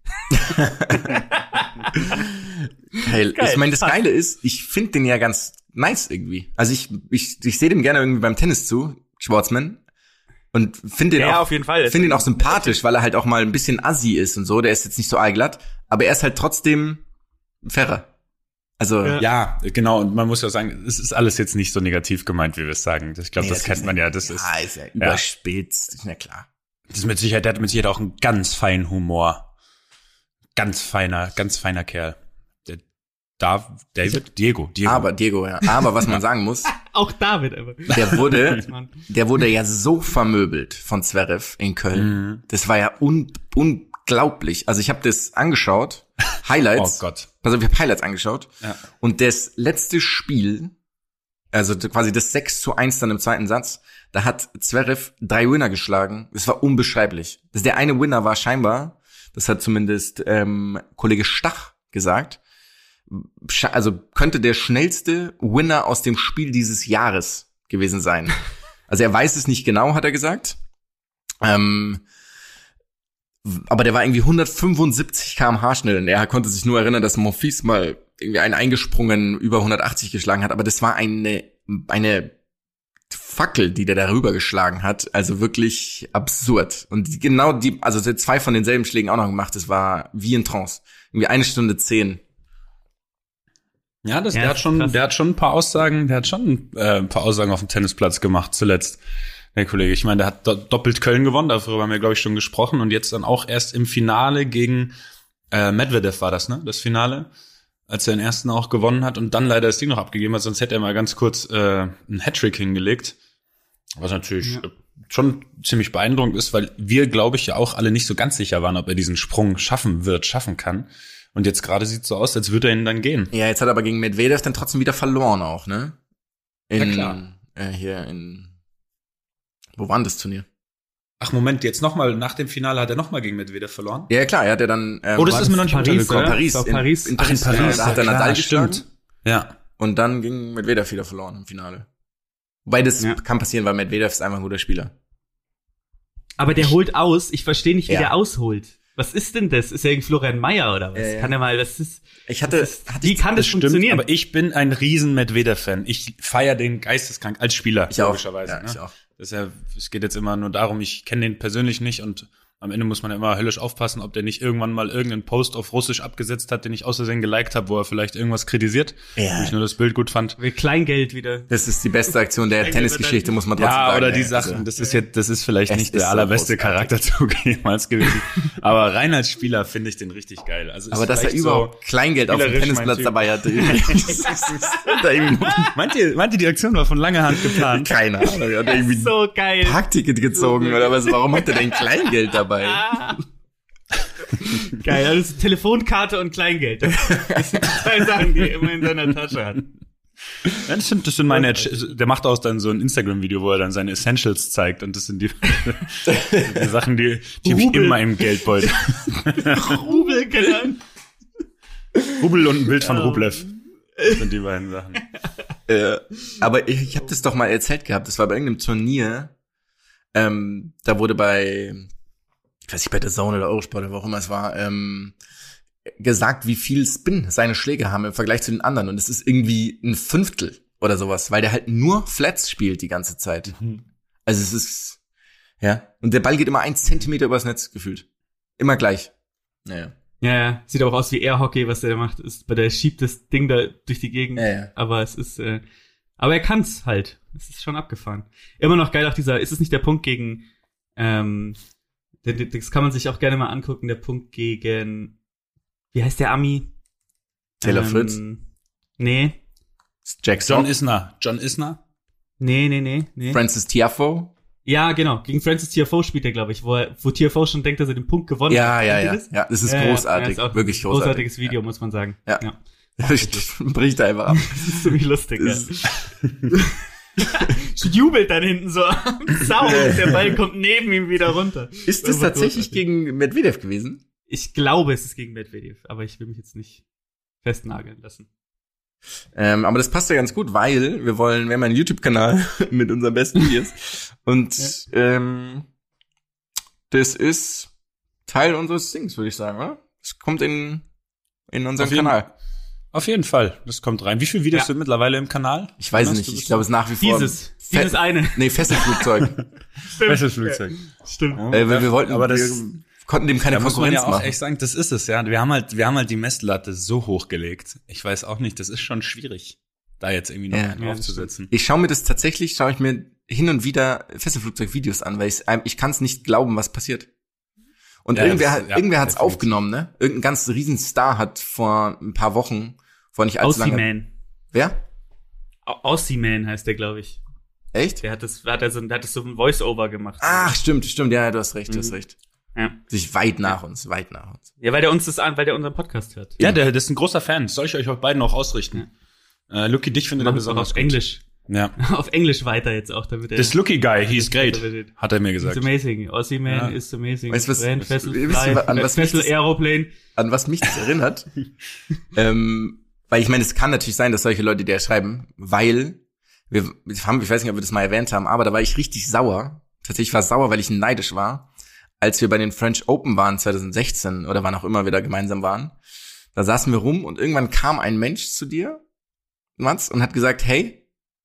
Geil. Geil. Ich meine, das Geile ist, ich finde den ja ganz nice irgendwie. Also ich, ich, ich sehe dem gerne irgendwie beim Tennis zu, Schwartzman. Und finde den Ja, auch, auf jeden Fall. finde ihn auch sympathisch, weil er halt auch mal ein bisschen assi ist und so. Der ist jetzt nicht so allglatt, aber er ist halt trotzdem fairer. Also, Ja. Ja, genau. Und man muss ja sagen, es ist alles jetzt nicht so negativ gemeint, wie wir es sagen. Ich glaube, nee, das kennt man ja. Das ja, ist, ist ja überspitzt, ist ja klar. das ist mit Sicherheit, der hat mit Sicherheit auch einen ganz feinen Humor. Ganz feiner, ganz feiner Kerl. Der Dav, David, Diego, Diego. Aber, Diego, ja. Aber was man sagen muss, Auch David, aber. der wurde, Mann. der wurde ja so vermöbelt von Zverev in Köln. Mhm. Das war ja un, unglaublich. Also ich habe das angeschaut, Highlights. Oh Gott. Also ich habe Highlights angeschaut. Ja. Und das letzte Spiel, also quasi das sechs zu eins dann im zweiten Satz, da hat Zverev drei Winner geschlagen. Das war unbeschreiblich. Das der eine Winner war scheinbar, das hat zumindest ähm, Kollege Stach gesagt, sche- also könnte der schnellste Winner aus dem Spiel dieses Jahres gewesen sein. Also er weiß es nicht genau, hat er gesagt. Ähm, aber der war irgendwie hundertfünfundsiebzig Kilometer pro Stunde schnell. Und er konnte sich nur erinnern, dass Monfils mal irgendwie einen eingesprungen über hundertachtzig geschlagen hat. Aber das war eine, eine Fackel, die der darüber geschlagen hat. Also wirklich absurd. Und die, genau die, also der hat zwei von denselben Schlägen auch noch gemacht. Das war wie in Trance. Irgendwie eine Stunde zehn. Ja, das, Ja, der das hat schon, ist krass. der hat schon ein paar Aussagen, der hat schon äh, ein paar Aussagen auf dem Tennisplatz gemacht zuletzt. Der Kollege, ich meine, der hat do- doppelt Köln gewonnen, darüber haben wir, glaube ich, schon gesprochen. Und jetzt dann auch erst im Finale gegen äh, Medvedev war das, ne? Das Finale, als er den ersten auch gewonnen hat und dann leider das Ding noch abgegeben hat, sonst hätte er mal ganz kurz äh, einen Hattrick hingelegt. Was natürlich Ja. äh, schon ziemlich beeindruckend ist, weil wir, glaube ich, ja auch alle nicht so ganz sicher waren, ob er diesen Sprung schaffen wird, schaffen kann. Und jetzt gerade sieht es so aus, als würde er ihn dann gehen. Ja, jetzt hat er aber gegen Medvedev dann trotzdem wieder verloren auch, ne? In, Na klar. Äh, hier in, wo war denn das Turnier? Ach Moment, jetzt nochmal, nach dem Finale hat er nochmal gegen Medvedev verloren? Ja, klar, er hat ja dann, ähm, Oh, das war ist mir noch nicht Paris, untergekommen. oder? Paris, Das war in, Paris. in Ach, in Paris, Paris, ja, da hat er ja, Nadal klar, geschlagen. stimmt. Ja. Und dann ging Medvedev wieder verloren im Finale. Wobei das Ja. kann passieren, weil Medvedev ist einfach ein guter Spieler. Aber der holt aus. Ich verstehe nicht, wie Ja. der ausholt. Was ist denn das? Ist er gegen Florian Mayer oder was? Ja, ja. Kann er mal, das ist, Ich hatte, das ist hatte wie ich, kann das, Stimmt, funktionieren? aber ich bin ein riesen Medvedev-Fan. Ich feiere den geisteskrank als Spieler, ich auch. logischerweise. Ja, ne? ich auch. Das ist ja, es geht jetzt immer nur darum, ich kenne den persönlich nicht und am Ende muss man ja immer höllisch aufpassen, ob der nicht irgendwann mal irgendeinen Post auf Russisch abgesetzt hat, den ich aus Versehen geliked habe, wo er vielleicht irgendwas kritisiert, Ja. wo ich nur das Bild gut fand. Wir Kleingeld wieder. Das ist die beste Aktion der Denke, Tennisgeschichte, muss man trotzdem Ja, sagen. oder die ey. Sachen, Also, das ist jetzt, das ist vielleicht Es nicht ist der so allerbeste großartig. Charakterzug jemals gewesen. Aber rein als Spieler finde ich den richtig geil. Also ist aber dass er vielleicht überhaupt Kleingeld auf dem spielerisch mein Tennisplatz Typ. dabei hatte. das ist- da irgendwie- Meint ihr, meint ihr, die Aktion war von langer Hand geplant? Keine Ahnung, er hat irgendwie ein So geil. Parkticket gezogen oder was? Warum hat er denn Kleingeld dabei? Ah. Geil, also Telefonkarte und Kleingeld. Das sind die zwei Sachen, die er immer in seiner Tasche hat. Ja, das sind, das sind meine, der macht auch dann so ein Instagram-Video, wo er dann seine Essentials zeigt und das sind die, die Sachen, die, die habe ich immer im Geldbeutel. Rubel genannt. Rubel und ein Bild von Rublev. Das sind die beiden Sachen. Äh, aber ich, ich habe das doch mal erzählt gehabt, das war bei irgendeinem Turnier, ähm, da wurde bei, ich weiß nicht, bei der Zone oder Eurosport oder wo auch immer es war, ähm, gesagt, wie viel Spin seine Schläge haben im Vergleich zu den anderen. Und es ist irgendwie ein Fünftel oder sowas, weil der halt nur Flats spielt die ganze Zeit. Mhm. Also es ist, ja. Und der Ball geht immer ein Zentimeter übers Netz gefühlt. Immer gleich. Naja. Ja, ja, sieht auch aus wie Airhockey, was der da macht. Ist, bei der schiebt das Ding da durch die Gegend. Ja, ja. Aber es ist, äh, aber er kann's halt. Es ist schon abgefahren. Immer noch geil auch dieser, ist es nicht der Punkt gegen, ähm, das kann man sich auch gerne mal angucken, der Punkt gegen, wie heißt der Ami? Taylor ähm, Fritz? Nee. Jack John Sock? Isner. John Isner? Nee, nee, nee, nee. Francis Tiafoe? Ja, genau. Gegen Francis Tiafoe spielt er, glaube ich, wo er, wo Tiafoe schon denkt, dass er den Punkt gewonnen Ja, hat. ja, Kennt ihr ja. das? Ja, das ist Ja, ja, großartig. ja, ist auch Wirklich ein großartig. Großartiges Video, ja. muss man sagen. Ja. ja. Das bricht einfach ab. Das ist ziemlich lustig, ja. Das- Jubelt dann hinten so am Zaun und der Ball kommt neben ihm wieder runter. Ist das war tatsächlich großartig. gegen Medvedev gewesen? Ich glaube, es ist gegen Medvedev, aber ich will mich jetzt nicht festnageln lassen. Ähm, aber das passt ja ganz gut, weil wir wollen, wir haben einen YouTube-Kanal mit unseren besten Videos. Und ja. ähm, das ist Teil unseres Dings, würde ich sagen, oder? Es kommt in, in unseren Auf jeden- Kanal. Auf jeden Fall, das kommt rein. Wie viele Videos Ja. sind mittlerweile im Kanal? Ich weiß Hast nicht, du ich das glaube, es ist nach wie vor Dieses, Fe- dieses eine. Nee, Fesselflugzeug. Bestes Flugzeug. Stimmt. äh, weil wir wollten, aber das, wir konnten dem keine da muss man Konkurrenz ja auch machen. echt sagen, das ist es, ja. Wir haben halt, wir haben halt die Messlatte so hochgelegt. Ich weiß auch nicht, das ist schon schwierig, da jetzt irgendwie noch Ja. einen Ja, das aufzusetzen. Ich schaue mir das tatsächlich, schaue ich mir hin und wieder Fesselflugzeug-Videos an, weil ich, ich kann es nicht glauben, was passiert. Und Ja, irgendwer, das- hat, ja, irgendwer hat's definitiv. aufgenommen, ne? Irgendein ganz riesen Star hat vor ein paar Wochen, vor nicht allzu lange. Aussie-Man. Wer? Aussie-Man heißt der, glaube ich. Echt? Der hat das, hat er so, der hat das so ein Voice-Over gemacht. Ach, stimmt, stimmt, ja, du hast recht, du hast Mhm. recht. Ja. Sich weit nach uns, weit nach uns. Ja, weil der uns das an, weil der unseren Podcast hört. Ja, der, der ist ein großer Fan. Soll ich euch auch beiden auch ausrichten? Äh, Lucky, dich findet er Machen wir besonders auf gut. Englisch. Ja. Auf Englisch weiter jetzt auch, damit er. This Lucky Guy, he's great, It's hat er mir gesagt. amazing. Aussie Man Ja. is amazing. Weißt du, was- Brand, was- Fessel, wisst ihr, Fly, an was mich Fessel das- Aeroplane. An was mich das erinnert, ähm, weil ich meine, es kann natürlich sein, dass solche Leute der schreiben, weil wir, wir haben, ich weiß nicht, ob wir das mal erwähnt haben, aber da war ich richtig sauer. Tatsächlich war ich sauer, weil ich neidisch war, als wir bei den French Open waren zwanzig sechzehn oder wann auch immer wir da gemeinsam waren. Da saßen wir rum und irgendwann kam ein Mensch zu dir, Mats, und hat gesagt, hey,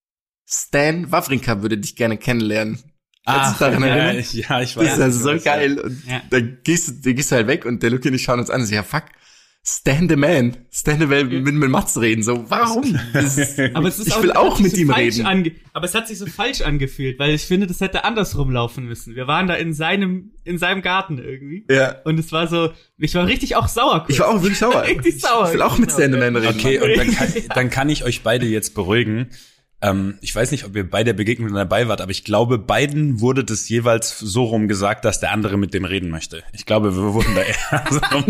Stan Wawrinka würde dich gerne kennenlernen. Kannst du dich daran ja, erinnern? ja, ich Das weiß. ist ja so was, geil. Und Ja. da gehst du, da gehst du halt weg und der Lucky und ich schauen uns an und sagen, ja, fuck, Stan the Man. Stan the Man mit, mit Mats reden. So, warum? Das ist, Aber es ist ich will es hat auch sich mit so ihm falsch reden. Ange- aber es hat sich so falsch angefühlt, weil ich finde, das hätte andersrum laufen müssen. Wir waren da in seinem, in seinem Garten irgendwie. Ja. Und es war so, ich war richtig auch sauer. kurz. Ich war auch wirklich sauer. Richtig sauer. Ich will auch mit Stan the Man reden. Okay, und dann kann, dann kann ich euch beide jetzt beruhigen. Ähm, ich weiß nicht, ob ihr bei der Begegnung dabei wart, aber ich glaube, beiden wurde das jeweils so rum gesagt, dass der andere mit dem reden möchte. Ich glaube, wir wurden da eher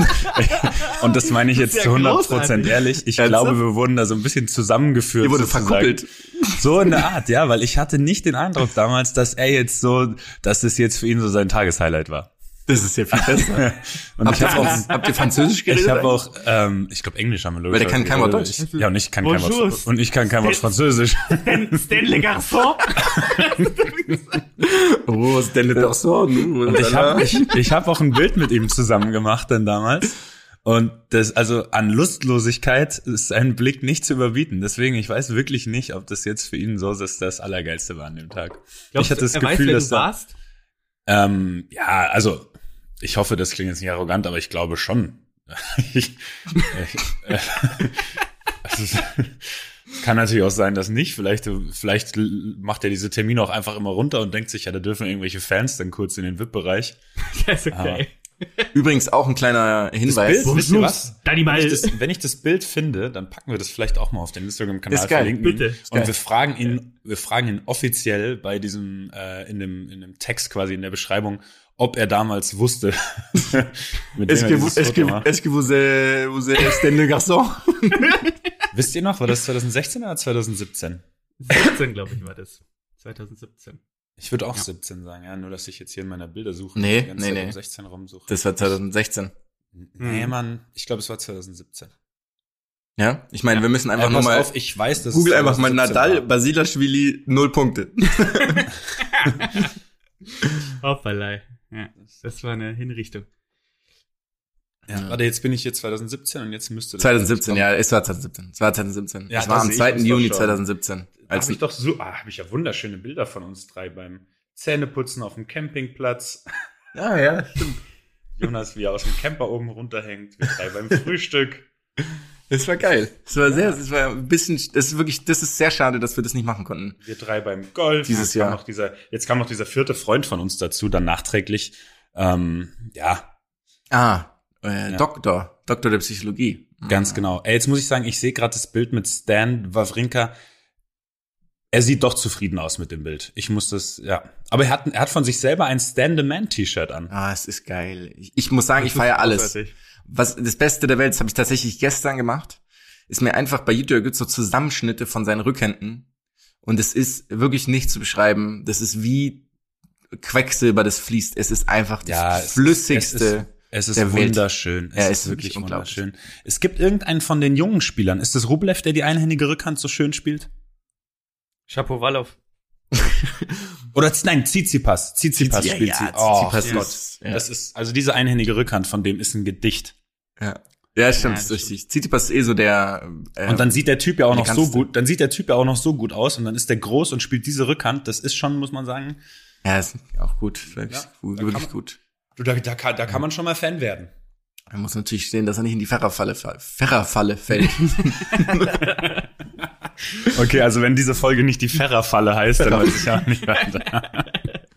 so, und das meine ich jetzt Das ist zu ja hundert Prozent großartig. ehrlich. Ich Ernsthaft? glaube, wir wurden da so ein bisschen zusammengeführt. Ihr wurde sozusagen. verkuppelt. So in der Art, ja, weil ich hatte nicht den Eindruck damals, dass er jetzt so, dass es jetzt für ihn so sein Tageshighlight war. Das ist ja viel besser. Und habt, ich ihr habe auch, auch, habt ihr Französisch geredet? ich habe eigentlich? auch, ähm, ich glaube Englisch haben wir Weil der kann kein Wort geredet. Deutsch. Ich, ja, und ich kann kein Bonjour. Wort und ich kann kein Wort Französisch. Stan, Stan Le Garçon. Oh, Stan le Person. Und ich habe ich, ich hab auch ein Bild mit ihm zusammen gemacht dann damals. Und das, also an Lustlosigkeit ist sein Blick nicht zu überbieten. Deswegen, ich weiß wirklich nicht, ob das jetzt für ihn so das, das Allergeilste war an dem Tag. Glaubst ich hatte du, das er Gefühl, weiß, wer dass du da, warst? ähm, ja, also ich hoffe, das klingt jetzt nicht arrogant, aber ich glaube schon. ich, ich, äh, also, es kann natürlich auch sein, dass nicht. Vielleicht, vielleicht macht er diese Termine auch einfach immer runter und denkt sich, ja, da dürfen irgendwelche Fans dann kurz in den V I P-Bereich. Das ist okay. Übrigens auch ein kleiner Hinweis. Bild, wisst ihr was? Dani Wenn ich, mal. das, wenn ich das Bild finde, dann packen wir das vielleicht auch mal auf den Instagram-Kanal Ist geil, verlinken. bitte. Ist Und geil. wir fragen ihn, wir fragen ihn offiziell bei diesem, äh, in dem, in dem Text quasi in der Beschreibung, ob er damals wusste, mit Est-ce wem que er vous, dieses est-ce que, Foto macht. est-ce que vous, euh, vous êtes Stan le Garçon? Wisst ihr noch, war das zwanzig sechzehn oder zwanzig siebzehn? siebzehn, glaube ich, war das. zwanzig siebzehn. Ich würde auch Ja. siebzehn sagen, ja, nur dass ich jetzt hier in meiner Bildersuche Nee, die ganze nee, Zeit nee. um sechzehn rumsuche. Das war zwanzig sechzehn. Nee, Hm. Mann, ich glaube, es war zwanzig siebzehn. Ja, ich meine, wir müssen einfach ja, nur pass mal auf, ich weiß, dass Google es einfach mal zwanzig siebzehn Nadal, war. Basilashvili, null Punkte. Hoppalei. Ja, das war eine Hinrichtung. Ja, warte, jetzt bin ich hier zwanzig siebzehn und jetzt müsste das zwanzig siebzehn, kommen. ja, es war zwanzig siebzehn. Es war zwanzig siebzehn. Ja, es war da am sehe ich zweiten uns doch Juni schon. zwanzig siebzehn. Da Als habe ich doch so, ah, habe ich ja wunderschöne Bilder von uns drei beim Zähneputzen auf dem Campingplatz. ja, ja, stimmt. Jonas, wie er aus dem Camper oben runterhängt. Wir drei beim Frühstück. Das war geil. Das war sehr, das war ein bisschen, das ist wirklich, das ist sehr schade, dass wir das nicht machen konnten. Wir drei beim Golf. Dieses jetzt kam Jahr. Noch dieser, jetzt kam noch dieser vierte Freund von uns dazu, dann nachträglich. Ähm, ja, Ah, äh, Ja. Doktor, Doktor der Psychologie. ganz genau. Ey, jetzt muss ich sagen, ich sehe gerade das Bild mit Stan Wawrinka. Er sieht doch zufrieden aus mit dem Bild. Ich muss das, ja. Aber er hat, er hat von sich selber ein Stan the Man T-Shirt an. Ah, es ist geil. Ich, ich muss sagen, ich feiere alles. Großartig. Was das Beste der Welt, das habe ich tatsächlich gestern gemacht, ist mir einfach bei YouTube gibt's so Zusammenschnitte von seinen Rückhänden und es ist wirklich nicht zu beschreiben. Das ist wie Quecksilber, das fließt. Es ist einfach das Ja, es ist- flüssigste. Es ist der Welt. wunderschön. Es Ja, ist ist wirklich wirklich unglaublich. wunderschön. Es gibt irgendeinen von den jungen Spielern. Ist das Rublev, der die einhändige Rückhand so schön spielt? Shapovalov. Oder nein, Tsitsipas. Tsitsipas Ja, spielt ja, sie. Oh, Tsitsipas Gott. ist- ja. Das ist, also diese einhändige Rückhand von dem ist ein Gedicht. Ja, ja, stimmt, Ja, das ist das richtig. Tsitsipas ist eh so der. Äh, Und dann sieht der Typ ja auch noch so elegantste. gut, dann sieht der Typ ja auch noch so gut aus und dann ist der groß und spielt diese Rückhand. Das ist schon, muss man sagen, ja, ist auch gut, wirklich, Ja, gut, da kann wirklich man- gut. du, da, da, kann, da kann man schon mal Fan werden. Er muss natürlich stehen, dass er nicht in die Ferrerfalle, Ferrerfalle fällt. Okay, also wenn diese Folge nicht die Ferrer-Falle heißt, dann weiß ich auch nicht weiter.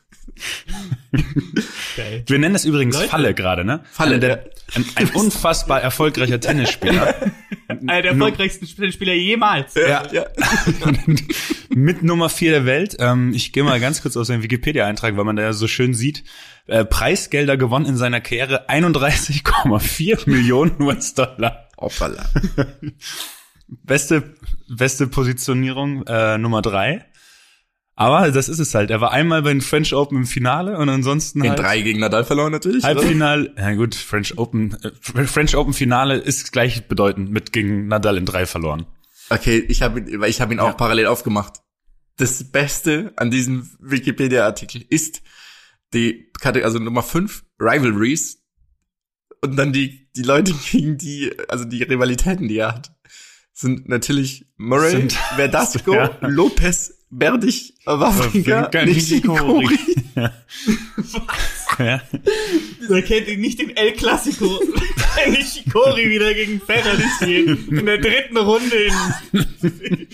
Geil. Wir nennen es übrigens Leute. Falle gerade, ne? Falle, Einer der, ein, ein unfassbar erfolgreicher Tennisspieler. Einer der erfolgreichsten Spieler jemals. Ja, ja. Mit Nummer vier der Welt. Ähm, ich gehe mal ganz kurz auf seinen Wikipedia-Eintrag, weil man da ja so schön sieht. Äh, Preisgelder gewonnen in seiner Karriere einunddreißig Komma vier Millionen U S-Dollar. Hoppala. Beste, beste Positionierung äh, Nummer drei. Aber das ist es halt. Er war einmal bei den French Open im Finale und ansonsten In halt drei gegen Nadal verloren natürlich. oder? Halbfinale. Ja gut, French Open, äh, French Open Finale ist gleichbedeutend mit gegen Nadal in drei verloren. Okay, ich habe ihn, weil ich habe ihn auch parallel aufgemacht. Das Beste an diesem Wikipedia-Artikel ist die Kategorie, also Nummer fünf, Rivalries. Und dann die, die Leute gegen die, also die Rivalitäten, die er hat, sind natürlich Murray, Sind- Verdasco, ja. Lopez, Berdych, Wawrinka, Wawrinka, Nishikori. Nishikori. Ja. Wer kennt ihn nicht, den El Clasico? Nishikori wieder gegen Federer in der dritten Runde in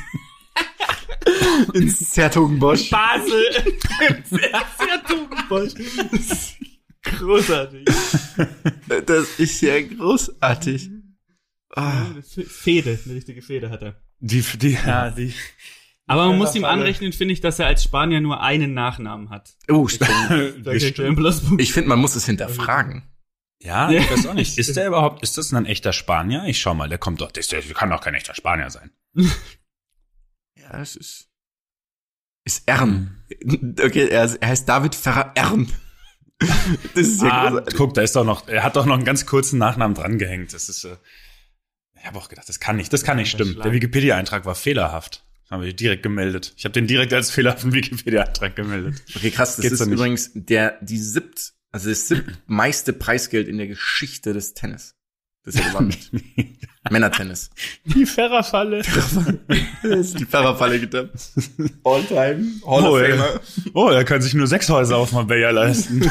in Sertogenbosch. Basel. Sehr Tugendbosch. Großartig. Das ist ja großartig. Ah. Fehde, eine richtige Fehde hat er. Die, die, ja, die. Aber man muss ihm Falle. anrechnen, finde ich, dass er als Spanier nur einen Nachnamen hat. Oh, stimmt. Da kriegt er einen Pluspunkt. Ich finde, man muss es hinterfragen. Ja, ich weiß auch nicht. Ist der überhaupt, ist das ein echter Spanier? Ich schau mal, der kommt doch, der, der kann doch kein echter Spanier sein. Ja, es ist. Ist Ern. Okay, er, er heißt David Ferrer Ern. Das ist ja Ah, großartig. guck, da ist doch noch, er hat doch noch einen ganz kurzen Nachnamen dran gehängt. Das ist, äh, ich habe auch gedacht, das kann nicht, das kann nicht stimmen. Der Wikipedia-Eintrag war fehlerhaft. Das haben wir direkt gemeldet. Ich habe den direkt als fehlerhaften Wikipedia-Eintrag gemeldet. Okay, krass, das Geht's ist doch nicht. übrigens der, die siebt, also das siebtmeiste Preisgeld in der Geschichte des Tennis. Das ist ja gewonnen. Männertennis. Die Ferrer-Falle. Das ist die Ferrerfalle getappt. All time. Hall Oh, of ey. Famer. Oh, er kann sich nur sechs Häuser auf Marbella leisten.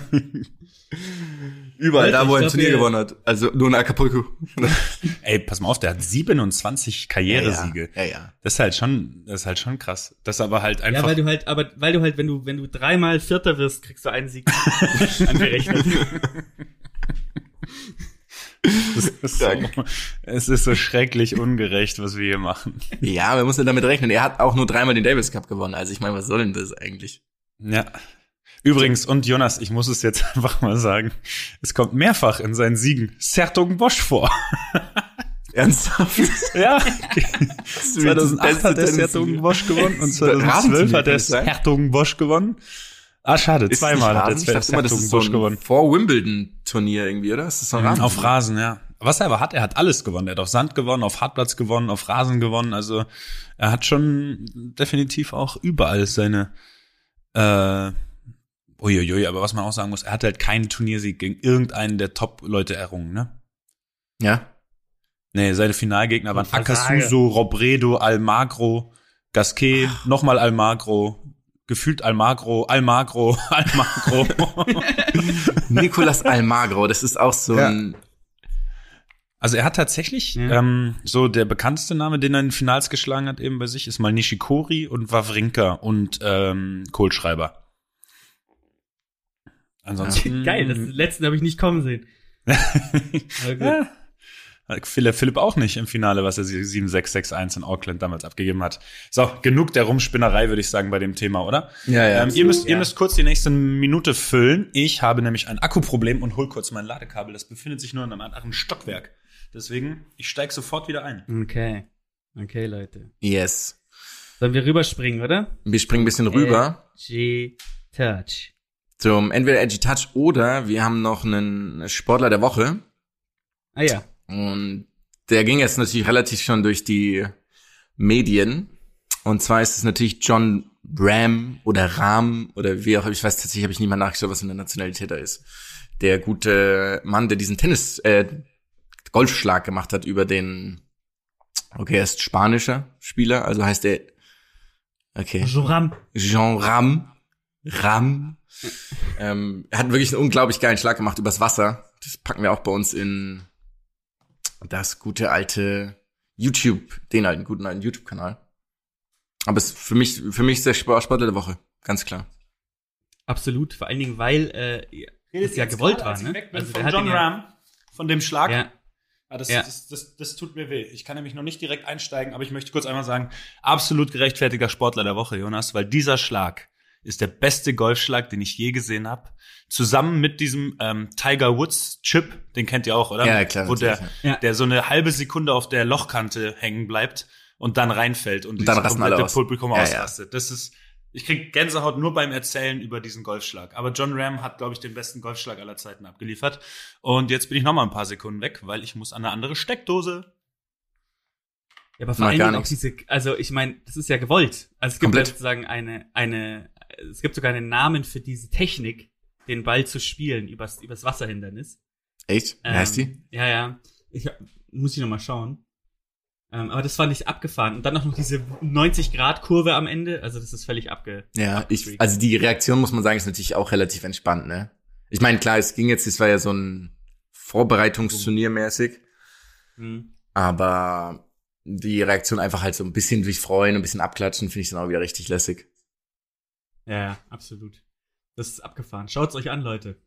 Überall da, wo er ein Ich glaub, Turnier wir- gewonnen hat. Also nur in Acapulco. Ey, pass mal auf, der hat siebenundzwanzig Karrieresiege. Ja, ja. Das ist halt schon, das ist halt schon krass. Das ist aber halt einfach. Ja, weil du halt, aber weil du halt, wenn du, wenn du dreimal Vierter wirst, kriegst du einen Sieg angerechnet. Das ist so, es ist so schrecklich ungerecht, was wir hier machen. Ja, man muss ja damit rechnen. Er hat auch nur dreimal den Davis Cup gewonnen. Also ich meine, was soll denn das eigentlich? Ja. Übrigens, und Jonas, ich muss es jetzt einfach mal sagen, es kommt mehrfach in seinen Siegen Sertogenbosch vor. Ernsthaft? Ja. zweitausendacht hat er das Hertogenbosch gewonnen und zweitausendzwölf hat er das Hertogenbosch gewonnen. Ah, schade, zweimal hat er das Hertogenbosch gewonnen. Vor Wimbledon-Turnier irgendwie, oder? Ist das so ein Rasen? Auf Rasen, ja. Was er aber hat, er hat alles gewonnen. Er hat auf Sand gewonnen, auf Hartplatz gewonnen, auf Rasen gewonnen. Also er hat schon definitiv auch überall seine äh, uiuiui, aber was man auch sagen muss, er hat halt keinen Turniersieg gegen irgendeinen der Top-Leute errungen, ne? Ja. Nee, seine Finalgegner waren Akasuso, Robredo, Almagro, Gasquet, nochmal Almagro, gefühlt Almagro, Almagro, Almagro. Nicolas Almagro, das ist auch so ja. ein... Also er hat tatsächlich, ja. ähm, so der bekannteste Name, den er in den Finals geschlagen hat eben bei sich, ist mal Nishikori und Wawrinka und ähm, Kohlschreiber. Ansonsten... Geil, das letzten habe ich nicht kommen sehen. Ja. Philipp, Philipp auch nicht im Finale, was er sieben sechs sechs eins in Auckland damals abgegeben hat. So, genug der Rumspinnerei, würde ich sagen, bei dem Thema, oder? Ja, ja. Ähm, ihr müsst, ja. ihr müsst kurz die nächste Minute füllen. Ich habe nämlich ein Akkuproblem und hol kurz mein Ladekabel. Das befindet sich nur in einem anderen Stockwerk. Deswegen, ich steig sofort wieder ein. Okay. Okay, Leute. Yes. Sollen wir rüberspringen, oder? Wir springen ein bisschen rüber. Edgy Touch. Zum entweder Edgy Touch oder wir haben noch einen Sportler der Woche. Ah ja. Und der ging jetzt natürlich relativ schon durch die Medien. Und zwar ist es natürlich John Ram oder Rahm oder wie auch immer. Ich weiß tatsächlich, habe ich nie mal nachgeschaut, was für eine Nationalität er ist. Der gute Mann, der diesen Tennis, äh, Golfschlag gemacht hat über den, okay, er ist spanischer Spieler, also heißt er, okay. Jean Ram. Jean Ram. Ram. ähm, er hat wirklich einen unglaublich geilen Schlag gemacht übers Wasser. Das packen wir auch bei uns in das gute alte YouTube, den alten guten alten YouTube-Kanal. Aber es ist für mich, für mich ist der Sportler der Woche, ganz klar. Absolut, vor allen Dingen, weil äh, es ja gewollt war, ne? Also von John Ram, von dem Schlag. Ja. Ah, das, ja. das, das, das tut mir weh. Ich kann nämlich noch nicht direkt einsteigen, aber ich möchte kurz einmal sagen, absolut gerechtfertiger Sportler der Woche, Jonas, weil dieser Schlag ist der beste Golfschlag, den ich je gesehen habe. Zusammen mit diesem ähm, Tiger Woods Chip, den kennt ihr auch, oder? Ja, klar. Wo der, ja. der so eine halbe Sekunde auf der Lochkante hängen bleibt und dann reinfällt und, und dann das komplette Publikum ja, ausrastet. Ja. Das ist, ich krieg Gänsehaut nur beim Erzählen über diesen Golfschlag. Aber John Ram hat, glaube ich, den besten Golfschlag aller Zeiten abgeliefert. Und jetzt bin ich noch mal ein paar Sekunden weg, weil ich muss an eine andere Steckdose. Ja, aber vor allen Dingen auch diese, also ich meine, das ist ja gewollt. Also es gibt ja sozusagen eine, eine, es gibt sogar einen Namen für diese Technik, den Ball zu spielen übers, übers Wasserhindernis. Echt? Wie ähm, heißt die? Ja, ja. Ich muss ich noch mal schauen. Ähm, aber das fand ich abgefahren. Und dann auch noch diese neunzig Grad Kurve am Ende. Also das ist völlig abge... Ja, ich, also die Reaktion, muss man sagen, ist natürlich auch relativ entspannt, ne? Ich meine, klar, es ging jetzt, es war ja so ein Vorbereitungsturnier mäßig. Mhm. Aber die Reaktion einfach halt so ein bisschen sich freuen, ein bisschen abklatschen, finde ich dann auch wieder richtig lässig. Ja, ja, absolut. Das ist abgefahren. Schaut's euch an, Leute.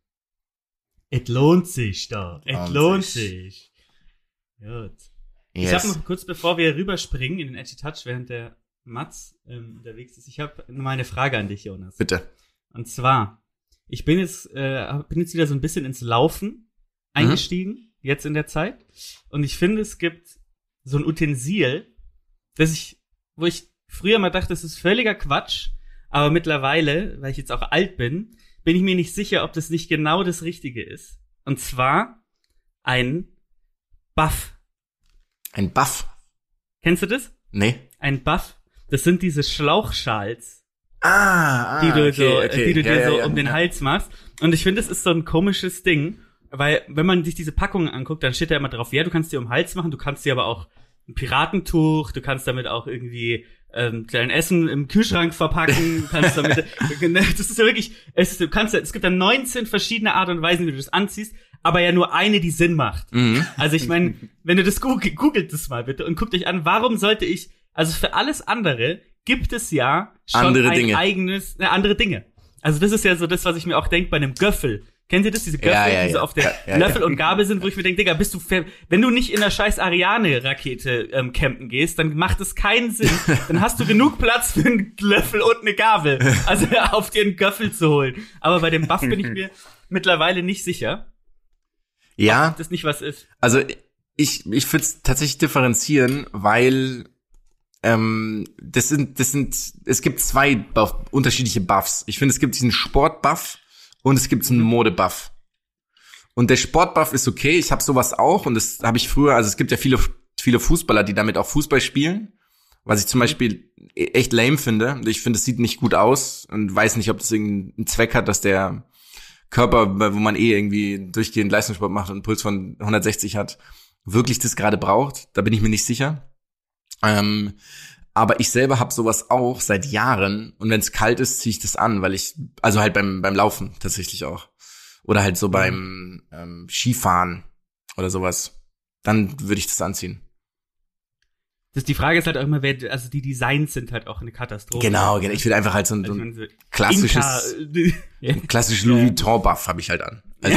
Es lohnt sich da. Es lohnt sich. Gut. Yes. Ich habe noch kurz, bevor wir rüberspringen in den Edgy Touch, während der Mats ähm, unterwegs ist, ich habe mal eine Frage an dich, Jonas. Bitte. Und zwar, ich bin jetzt, äh, bin jetzt wieder so ein bisschen ins Laufen eingestiegen, mhm. jetzt in der Zeit. Und ich finde, es gibt so ein Utensil, das ich, wo ich früher mal dachte, das ist völliger Quatsch, aber mittlerweile, weil ich jetzt auch alt bin, bin ich mir nicht sicher, ob das nicht genau das Richtige ist. Und zwar ein Buff. Ein Buff? Kennst du das? Nee. Ein Buff. Das sind diese Schlauchschals. Ah, ah die du okay, so, okay. die du ja, dir ja, so ja, um ja. den Hals machst. Und ich finde, das ist so ein komisches Ding, weil wenn man sich diese Packungen anguckt, dann steht da immer drauf, ja, du kannst dir um den Hals machen, du kannst dir aber auch ein Piratentuch, du kannst damit auch irgendwie ähm, klein Essen im Kühlschrank verpacken, kannst damit, das ist ja wirklich, es ist, du kannst, es gibt da neunzehn verschiedene Art und Weisen, wie du das anziehst, aber ja nur eine, die Sinn macht. Mhm. Also ich meine, wenn du das googelt, googelt das mal bitte und guckt euch an, warum sollte ich, also für alles andere gibt es ja schon andere ein Dinge. eigenes, ne, andere Dinge. Also das ist ja so das, was ich mir auch denke bei einem Göffel. Kennt ihr das? Diese Göffel, ja, ja, die so ja. auf der ja, ja, Löffel ja. und Gabel sind, wo ich mir denke, Digga, bist du, fer- wenn du nicht in der scheiß Ariane-Rakete ähm, campen gehst, dann macht es keinen Sinn. Dann hast du genug Platz für einen Löffel und eine Gabel. Also auf dir einen Göffel zu holen. Aber bei dem Buff bin ich mir mittlerweile nicht sicher. Ja. Ob das nicht was ist. Also ich ich würde es tatsächlich differenzieren, weil ähm, das sind das sind es gibt zwei Buff, unterschiedliche Buffs. Ich finde, es gibt diesen Sportbuff und es gibt einen Modebuff. Und der Sportbuff ist okay. Ich habe sowas auch und das habe ich früher. Also es gibt ja viele viele Fußballer, die damit auch Fußball spielen, was ich zum Beispiel echt lame finde. Ich finde, es sieht nicht gut aus und weiß nicht, ob das irgendeinen Zweck hat, dass der Körper, wo man eh irgendwie durchgehend Leistungssport macht und einen Puls von hundertsechzig hat, wirklich das gerade braucht. Da bin ich mir nicht sicher. Ähm, aber ich selber habe sowas auch seit Jahren und wenn es kalt ist, ziehe ich das an, weil ich, also halt beim beim Laufen tatsächlich auch. Oder halt so beim ähm, Skifahren oder sowas. Dann würde ich das anziehen. Das, die Frage ist halt auch immer, wer, also die Designs sind halt auch eine Katastrophe. Genau, genau. Ich will einfach halt so ein, so ein also klassisches, Inka, ja. klassisches Louis Vuitton-Buff habe ich halt an. Also,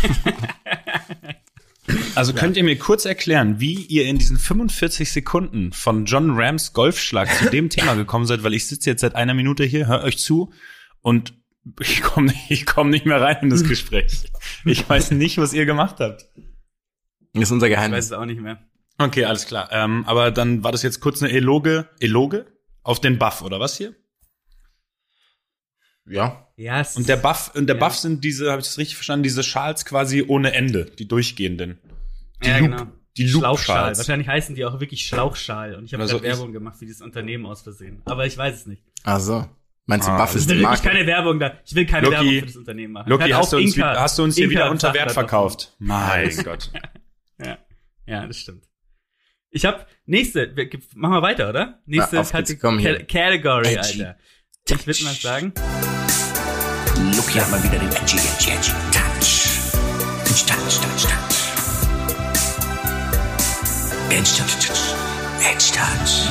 Also könnt ihr mir kurz erklären, wie ihr in diesen fünfundvierzig Sekunden von John Rams Golfschlag zu dem Thema gekommen seid, weil ich sitze jetzt seit einer Minute hier, hör euch zu und ich komme nicht, ich komm nicht mehr rein in das Gespräch. Ich weiß nicht, was ihr gemacht habt. das ist unser Ich weiß Geheimnis. es auch nicht mehr. Okay, alles klar. Ähm, aber dann war das jetzt kurz eine Eloge, Eloge auf den Buff, oder was hier? Ja. Ja, es Und der Buff, und der Ja. Buff sind diese, habe ich das richtig verstanden, diese Schals quasi ohne Ende, die durchgehenden. Die ja, Loop, genau. die Schlauchschal. Loop-Schals. Wahrscheinlich heißen die auch wirklich Schlauchschal. Und ich habe Also gerade Werbung gemacht für dieses Unternehmen aus Versehen. Aber ich weiß es nicht. Ach so. Meinst du, Ah, Buff das ist Ich die will wirklich Marke? keine Werbung da. Ich will keine Loki, Werbung für das Unternehmen machen. Loki, Hat hast du, auch uns, Inka- wie- hast du uns hier Inka wieder ein unter Wert Fachblatt verkauft? Mein Gott. davon. Ja. Ja, das stimmt. Ich habe nächste, wir- machen wir weiter, oder? Nächste Na, auf geht's, komm hier. Cat- Category, Edgy. Alter. Ich würde mal sagen, Look hat mal wieder den Edgy, Edgy, Edgy Touch. Touch, touch, touch, touch. Edge, touch, touch. Edge, touch.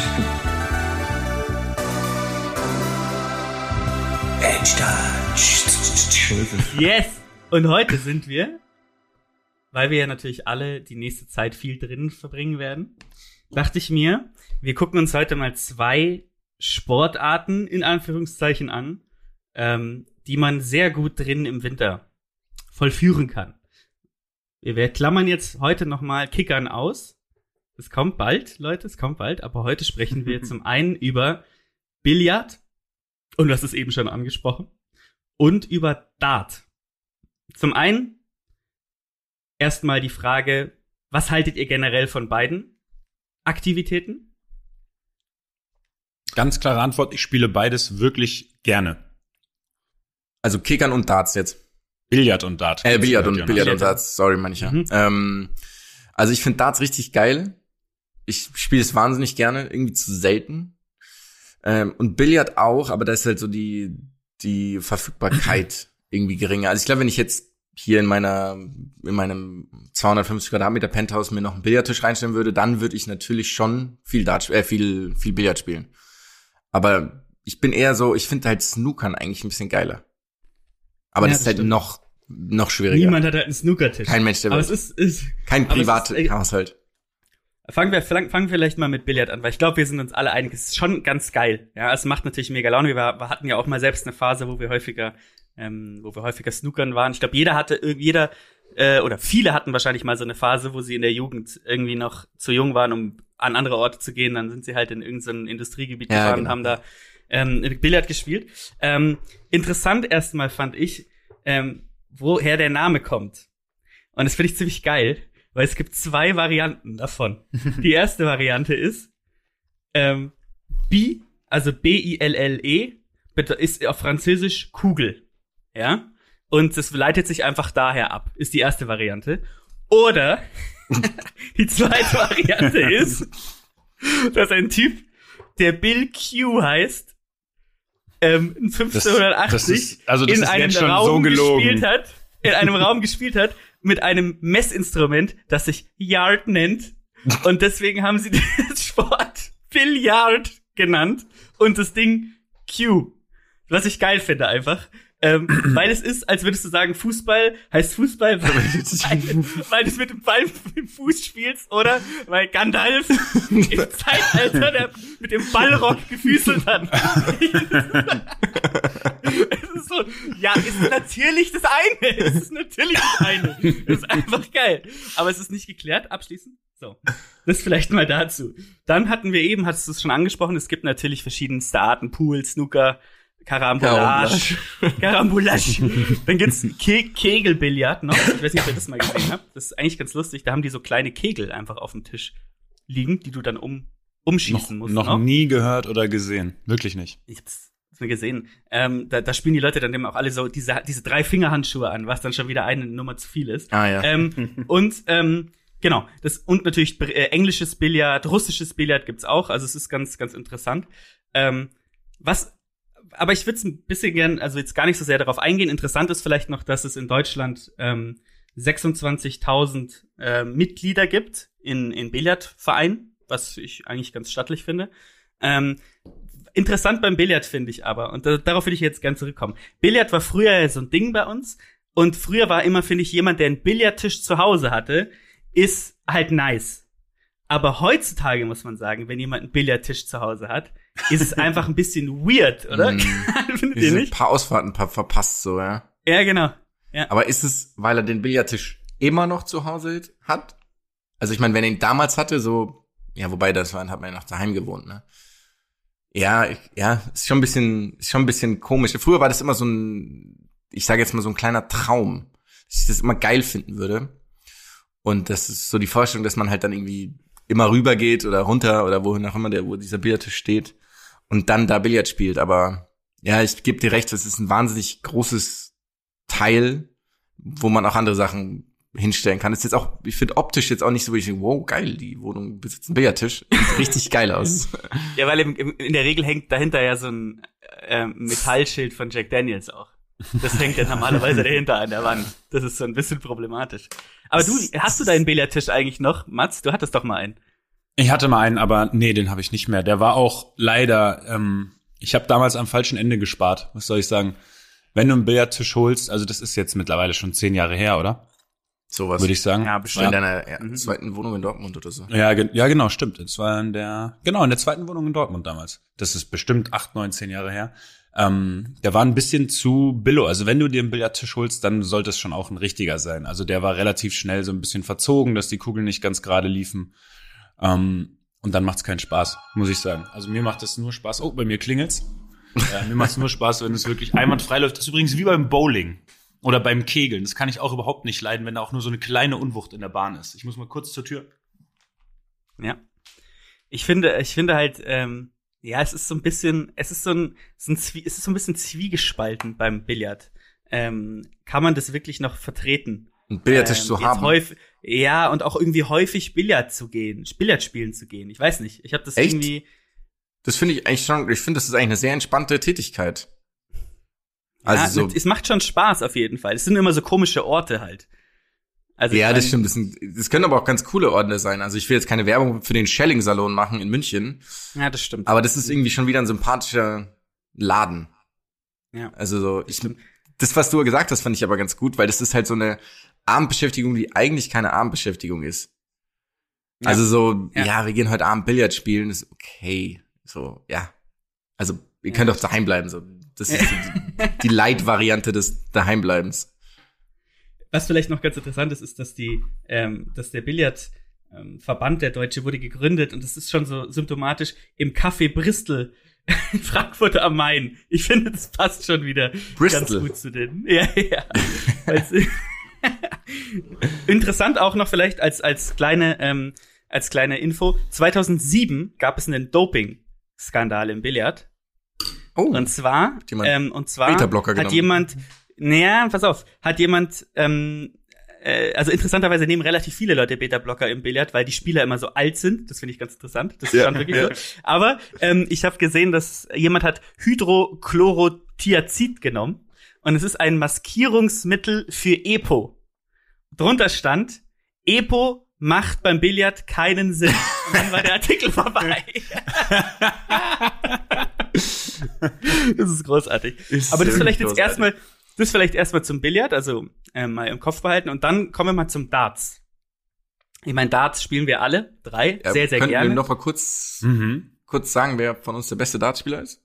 Edge, touch. yes! Und heute sind wir, weil wir ja natürlich alle die nächste Zeit viel drinnen verbringen werden, dachte ich mir, wir gucken uns heute mal zwei Sportarten in Anführungszeichen an, ähm, die man sehr gut drinnen im Winter vollführen kann. Wir, wir klammern jetzt heute nochmal Kickern aus. Es kommt bald, Leute, es kommt bald. Aber heute sprechen wir zum einen über Billard, und du hast es eben schon angesprochen, und über Dart. Zum einen erstmal die Frage, was haltet ihr generell von beiden Aktivitäten? Ganz klare Antwort, ich spiele beides wirklich gerne. Also Kickern und Darts jetzt. Billard und Dart. Äh, Billard und, Ja. Billard und Darts, sorry, mancher. Mhm. Ähm, also ich finde Darts richtig geil. Ich spiele es wahnsinnig gerne, irgendwie zu selten. Ähm, und Billard auch, aber da ist halt so die, die Verfügbarkeit irgendwie geringer. Also ich glaube, wenn ich jetzt hier in meiner, in meinem zweihundertfünfzig Quadratmeter Penthouse mir noch einen Billardtisch reinstellen würde, dann würde ich natürlich schon viel Dart, äh, viel, viel Billard spielen. Aber ich bin eher so, ich finde halt Snookern eigentlich ein bisschen geiler. Aber Ja, das ist das halt stimmt. noch, noch schwieriger. Niemand hat halt einen Snookertisch. Kein Mensch der Aber Welt. es ist, ist Kein aber es ist, ey, Privathaushalt. Fangen wir, fangen wir vielleicht mal mit Billard an, weil ich glaube, wir sind uns alle einig. Es ist schon ganz geil. Ja, es macht natürlich mega Laune. Wir, wir hatten ja auch mal selbst eine Phase, wo wir häufiger, ähm, wo wir häufiger Snookern waren. Ich glaube, jeder hatte, irg- jeder äh, oder viele hatten wahrscheinlich mal so eine Phase, wo sie in der Jugend irgendwie noch zu jung waren, um an andere Orte zu gehen. Dann sind sie halt in irgendein Industriegebiet Ja, gefahren genau. und haben da ähm, Billard gespielt. Ähm, interessant erstmal fand ich, ähm, woher der Name kommt. Und das finde ich ziemlich geil. Weil es gibt zwei Varianten davon. Die erste Variante ist ähm, B, also B I L L E, ist auf Französisch Kugel. Ja? Und das leitet sich einfach daher ab, ist die erste Variante. Oder die zweite Variante ist, dass ein Typ, der Bill Q heißt, ähm, fünfzehnhundertachtzig Das- das ist- also das in ist einem jetzt schon Raum so gelogen. gespielt hat, in einem Raum gespielt hat, mit einem Messinstrument, das sich Yard nennt. Und deswegen haben sie den Sport Billard genannt und das Ding Q. Was ich geil finde einfach. Ähm, weil es ist, als würdest du sagen, Fußball heißt Fußball, weil, weil du es mit dem Ball im Fuß spielst, oder weil Gandalf im Zeitalter der, mit dem Ballrock gefüßelt hat. Es ist so, ja, es ist natürlich das eine. Es ist natürlich das eine. Es ist einfach geil. Aber es ist nicht geklärt. Abschließend. So. Das vielleicht mal dazu. Dann hatten wir eben, hattest du es schon angesprochen, es gibt natürlich verschiedenste Arten. Pool, Snooker, Karambolage. Karambolage. Dann gibt's Ke- Kegelbillard noch. Ich weiß nicht, ob ihr das mal gesehen habt. Das ist eigentlich ganz lustig. Da haben die so kleine Kegel einfach auf dem Tisch liegen, die du dann um, umschießen noch, musst. Noch, noch nie gehört oder gesehen. Wirklich nicht. Ich hab's mir gesehen. Ähm, da, da spielen die Leute dann eben auch alle so diese, diese drei Fingerhandschuhe an, was dann schon wieder eine Nummer zu viel ist. Ah, ja. Ähm, und, ähm, genau. Das, und natürlich äh, englisches Billard, russisches Billard gibt's auch. Also es ist ganz, ganz interessant. Ähm, was, aber ich würde es ein bisschen gern, also jetzt gar nicht so sehr darauf eingehen. Interessant ist vielleicht noch, dass es in Deutschland ähm, sechsundzwanzigtausend äh, Mitglieder gibt in, in Billardvereinen, was ich eigentlich ganz stattlich finde. Ähm, interessant beim Billard finde ich aber, und da, darauf will ich jetzt gern zurückkommen. Billard war früher so ein Ding bei uns, und früher war immer, finde ich, jemand, der einen Billardtisch zu Hause hatte, ist halt nice. Aber heutzutage muss man sagen, wenn jemand einen Billardtisch zu Hause hat, ist es einfach ein bisschen weird, oder? Mm. Findet ihr nicht? Ein paar Ausfahrten paar verpasst so, ja. Ja, genau. Ja. Aber ist es, weil er den Billardtisch immer noch zu Hause hat? Also ich meine, wenn er ihn damals hatte, so, ja, wobei das war, hat man ja noch daheim gewohnt, ne? Ja, ich, ja, ist schon ein bisschen, ist schon ein bisschen komisch. Früher war das immer so ein, ich sage jetzt mal so ein kleiner Traum, dass ich das immer geil finden würde. Und das ist so die Vorstellung, dass man halt dann irgendwie immer rüber geht oder runter oder wohin auch immer der, wo dieser Billardtisch steht und dann da Billard spielt. Aber ja, ich gebe dir recht, das ist ein wahnsinnig großes Teil, wo man auch andere Sachen hinstellen kann. Das ist jetzt auch, ich finde optisch jetzt auch nicht so, wie ich denke, wow, geil, die Wohnung besitzt einen Billardtisch. Sieht richtig geil aus. Ja, weil im, im, in der Regel hängt dahinter ja so ein äh, Metallschild von Jack Daniels auch. Das hängt ja normalerweise dahinter an der Wand. Das ist so ein bisschen problematisch. Aber du, hast du deinen Billardtisch eigentlich noch, Mats? Du hattest doch mal einen. Ich hatte mal einen, aber nee, den habe ich nicht mehr. Der war auch leider, ähm, ich habe damals am falschen Ende gespart. Was soll ich sagen? Wenn du einen Billardtisch holst, also das ist jetzt mittlerweile schon zehn Jahre her, oder? Sowas. Würde ich sagen. Ja, bestimmt. In deiner ja, mhm. zweiten Wohnung in Dortmund oder so. Ja, ge- ja, genau, stimmt. Das war in der, genau, in der zweiten Wohnung in Dortmund damals. Das ist bestimmt acht, neun, zehn Jahre her. Ähm, der war ein bisschen zu billo. Also wenn du dir einen Billardtisch holst, dann sollte es schon auch ein richtiger sein. Also der war relativ schnell so ein bisschen verzogen, dass die Kugeln nicht ganz gerade liefen. Ähm, und dann macht's keinen Spaß, muss ich sagen. Also mir macht es nur Spaß. Oh, bei mir klingelt's. Äh, mir macht's nur Spaß, wenn es wirklich einwandfrei läuft. Das ist übrigens wie beim Bowling oder beim Kegeln. Das kann ich auch überhaupt nicht leiden, wenn da auch nur so eine kleine Unwucht in der Bahn ist. Ich muss mal kurz zur Tür. Ja. Ich finde, ich finde halt, ähm, ja, es ist so ein bisschen, es ist so ein, es ist, ein Zwie- es ist so ein bisschen zwiegespalten beim Billard. Ähm, kann man das wirklich noch vertreten? Einen Billardtisch ähm, zu haben. Häufig, ja, und auch irgendwie häufig Billard zu gehen, Billard spielen zu gehen. Ich weiß nicht, ich habe das Echt? irgendwie. Das finde ich eigentlich schon, ich finde, das ist eigentlich eine sehr entspannte Tätigkeit. Also Ja, so, mit, es macht schon Spaß auf jeden Fall. Es sind immer so komische Orte halt. Also ja, ich mein, das stimmt. Das, sind, das können aber auch ganz coole Orte sein. Also ich will jetzt keine Werbung für den Schelling-Salon machen in München. Ja, das stimmt. Aber das ist irgendwie schon wieder ein sympathischer Laden. Ja. Also so, ich, das, was du gesagt hast, fand ich aber ganz gut, weil das ist halt so eine Abendbeschäftigung, die eigentlich keine Abendbeschäftigung ist. Ja. Also so, Ja. ja. wir gehen heute Abend Billard spielen, ist okay. So, ja. Also, ihr könnt doch daheim bleiben, so. Das ist die, die Light-Variante des Daheimbleibens. Was vielleicht noch ganz interessant ist, ist, dass die, ähm, dass der Billardverband, ähm, der Deutsche, wurde gegründet, und das ist schon so symptomatisch, im Café Bristol in Frankfurt am Main. Ich finde, das passt schon wieder Bristol. ganz gut zu denen. Ja, ja. Weil's- Interessant auch noch vielleicht als als kleine ähm, als kleine Info: zweitausendsieben gab es einen Doping-Skandal im Billard. Oh, Und zwar, Hat jemand ähm, und zwar Beta-Blocker hat genommen? jemand, naja, pass auf, hat jemand, ähm, äh, also interessanterweise nehmen relativ viele Leute Beta-Blocker im Billard, weil die Spieler immer so alt sind. Das finde ich ganz interessant. Das ist Ja, schon wirklich ja. so. Aber ähm, ich habe gesehen, dass jemand hat Hydrochlorothiazid genommen, und es ist ein Maskierungsmittel für Epo. Drunter stand: Epo macht beim Billard keinen Sinn. Und dann war der Artikel vorbei. Das ist großartig. Ist Aber das ist vielleicht jetzt großartig. erstmal, das ist vielleicht erstmal zum Billard, also äh, mal im Kopf behalten. Und dann kommen wir mal zum Darts. Ich meine, Darts spielen wir alle, drei, Ja, sehr, sehr könnten gerne. wir noch mal kurz, Mhm. kurz sagen, wer von uns der beste Dartspieler ist?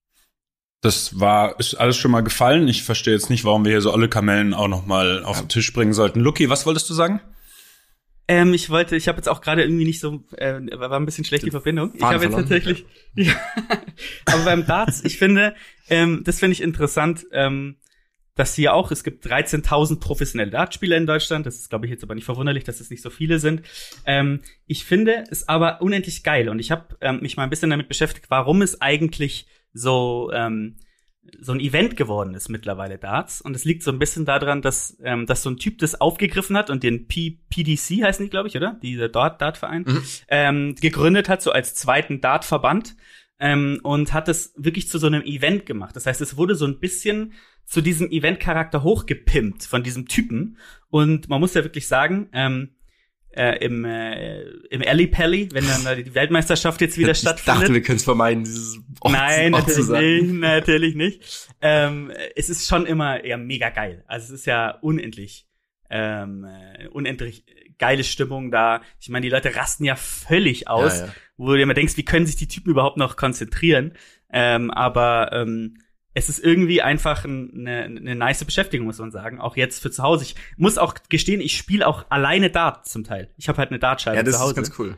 Das war, ist alles schon mal gefallen. Ich verstehe jetzt nicht, warum wir hier so alle Kamellen auch noch mal auf den Tisch bringen sollten. Luki, was wolltest du sagen? Ähm, ich wollte, ich habe jetzt auch gerade irgendwie nicht so, äh, war ein bisschen schlecht die Verbindung. Ich habe jetzt verloren. tatsächlich, ja. Aber beim Darts, ich finde, ähm, das finde ich interessant, ähm, dass hier auch, es gibt dreizehntausend professionelle Dartspieler in Deutschland. Das ist, glaube ich, jetzt aber nicht verwunderlich, dass es nicht so viele sind. Ähm, ich finde es aber unendlich geil. Und ich habe ähm, mich mal ein bisschen damit beschäftigt, warum es eigentlich so ähm, so ein Event geworden ist mittlerweile, Darts. Und es liegt so ein bisschen daran, dass ähm, dass so ein Typ das aufgegriffen hat und den P- PDC heißen die, glaube ich, oder? Dieser Dart Dartverein Mhm. ähm, gegründet hat, so als zweiten Dartverband. Ähm, und hat es wirklich zu so einem Event gemacht. Das heißt, es wurde so ein bisschen zu diesem Event-Charakter hochgepimpt von diesem Typen. Und man muss ja wirklich sagen, ähm, äh, im, äh, im Alley Pally, wenn dann äh, die Weltmeisterschaft jetzt wieder ich stattfindet. dachte, wir können es vermeiden, dieses Ort, Nein, Ort zu natürlich sagen. nicht, natürlich nicht. Ähm, es ist schon immer eher mega geil. Also es ist ja unendlich, ähm, äh, unendlich geile Stimmung da. Ich meine, die Leute rasten ja völlig aus, Ja, ja. wo du immer denkst, wie können sich die Typen überhaupt noch konzentrieren? Ähm, aber ähm, es ist irgendwie einfach eine, eine nice Beschäftigung, muss man sagen. Auch jetzt für zu Hause. Ich muss auch gestehen, ich spiele auch alleine Dart zum Teil. Ich habe halt eine Dartscheibe Ja, das zu Hause. ist ganz cool.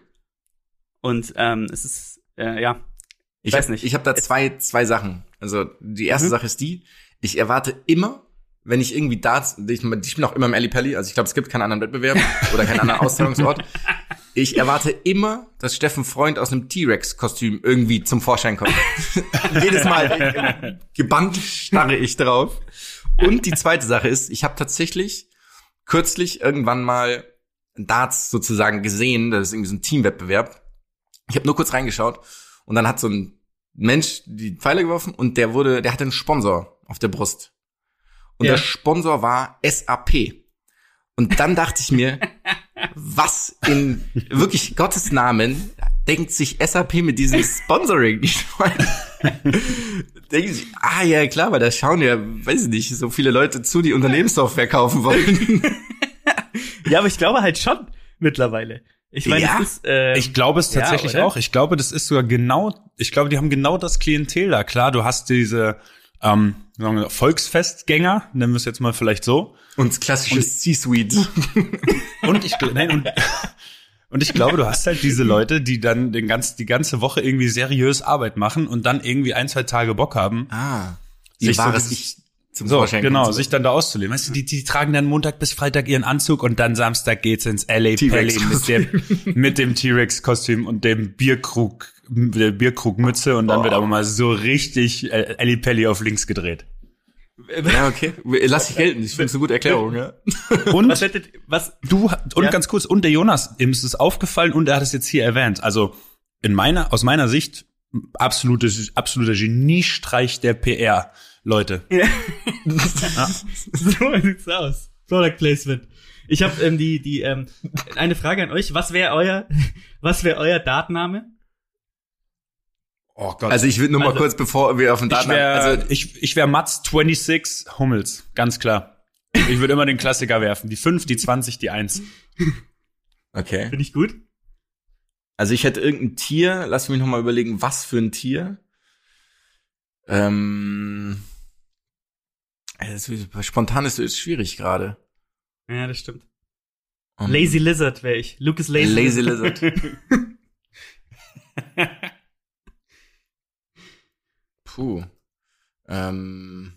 Und ähm, es ist, äh, ja, Ich weiß hab, nicht. Ich habe da zwei, zwei Sachen. Also die erste Mhm. Sache ist die, ich erwarte immer, wenn ich irgendwie Darts, ich, ich bin auch immer im Alley Pally, also ich glaube, es gibt keinen anderen Wettbewerb oder keinen anderen Austragungsort. Ich erwarte immer, dass Steffen Freund aus einem T-Rex-Kostüm irgendwie zum Vorschein kommt. Jedes Mal äh, gebannt starre ich drauf. Und die zweite Sache ist, ich habe tatsächlich kürzlich irgendwann mal Darts sozusagen gesehen, das ist irgendwie so ein Teamwettbewerb. Ich habe nur kurz reingeschaut und dann hat so ein Mensch die Pfeile geworfen und der wurde, der hatte einen Sponsor auf der Brust. Und Ja. der Sponsor war S A P. Und dann dachte ich mir, was in wirklich Gottes Namen denkt sich S A P mit diesem Sponsoring? Ich meine, denken sie, ah ja klar, weil da schauen ja, weiß ich nicht, so viele Leute zu, die Unternehmenssoftware kaufen wollen. ja, aber ich glaube halt schon mittlerweile. Ich meine, Ja? es ist, ähm, Ich glaube es ja, tatsächlich oder? auch. Ich glaube, das ist sogar genau, ich glaube, die haben genau das Klientel da. Klar, du hast diese ähm, sagen wir, Volksfestgänger, nennen wir es jetzt mal vielleicht so. Und klassisches C-Suite. Und ich, gl- nein, und, und ich glaube, du hast halt diese Leute, die dann den ganz, die ganze Woche irgendwie seriös Arbeit machen und dann irgendwie ein, zwei Tage Bock haben. Ah, Sich ihr so wahres dieses- Ich zum So, Vorschein genau, kommt. sich dann da auszuleben. Weißt du, die, die tragen dann Montag bis Freitag ihren Anzug und dann Samstag geht's ins L A Pally mit dem, mit dem T-Rex-Kostüm und dem Bierkrug, der Bierkrugmütze und dann Oh. wird aber mal so richtig äh, L A Pally auf links gedreht. Ja, okay. Lass dich gelten. Ich finde es eine gute Erklärung, ja. Und was hättet, was, du, und Ja. ganz kurz, und der Jonas, ihm ist es aufgefallen und er hat es jetzt hier erwähnt. Also, in meiner, aus meiner Sicht, absolutes, absoluter Geniestreich der P R, Leute. so sieht's aus. Product Placement. Ich habe ähm, die, die, ähm, eine Frage an euch. Was wäre euer, was wäre euer Dartname? Oh Gott. Also ich würde nur mal Also- kurz, bevor wir auf den ich Daten... wäre Also ich, ich wär Mats sechsundzwanzig Hummels, ganz klar. Ich würde immer den Klassiker werfen. Die fünf, die zwanzig, die eins. okay. Finde ich gut. Also ich hätte irgendein Tier, lass mich noch mal überlegen, was für ein Tier. Ähm, das ist, spontan ist es schwierig gerade. Ja, das stimmt. Um, Lazy Lizard wäre ich. Lucas Lazy, Lazy Lizard. Puh. Ähm,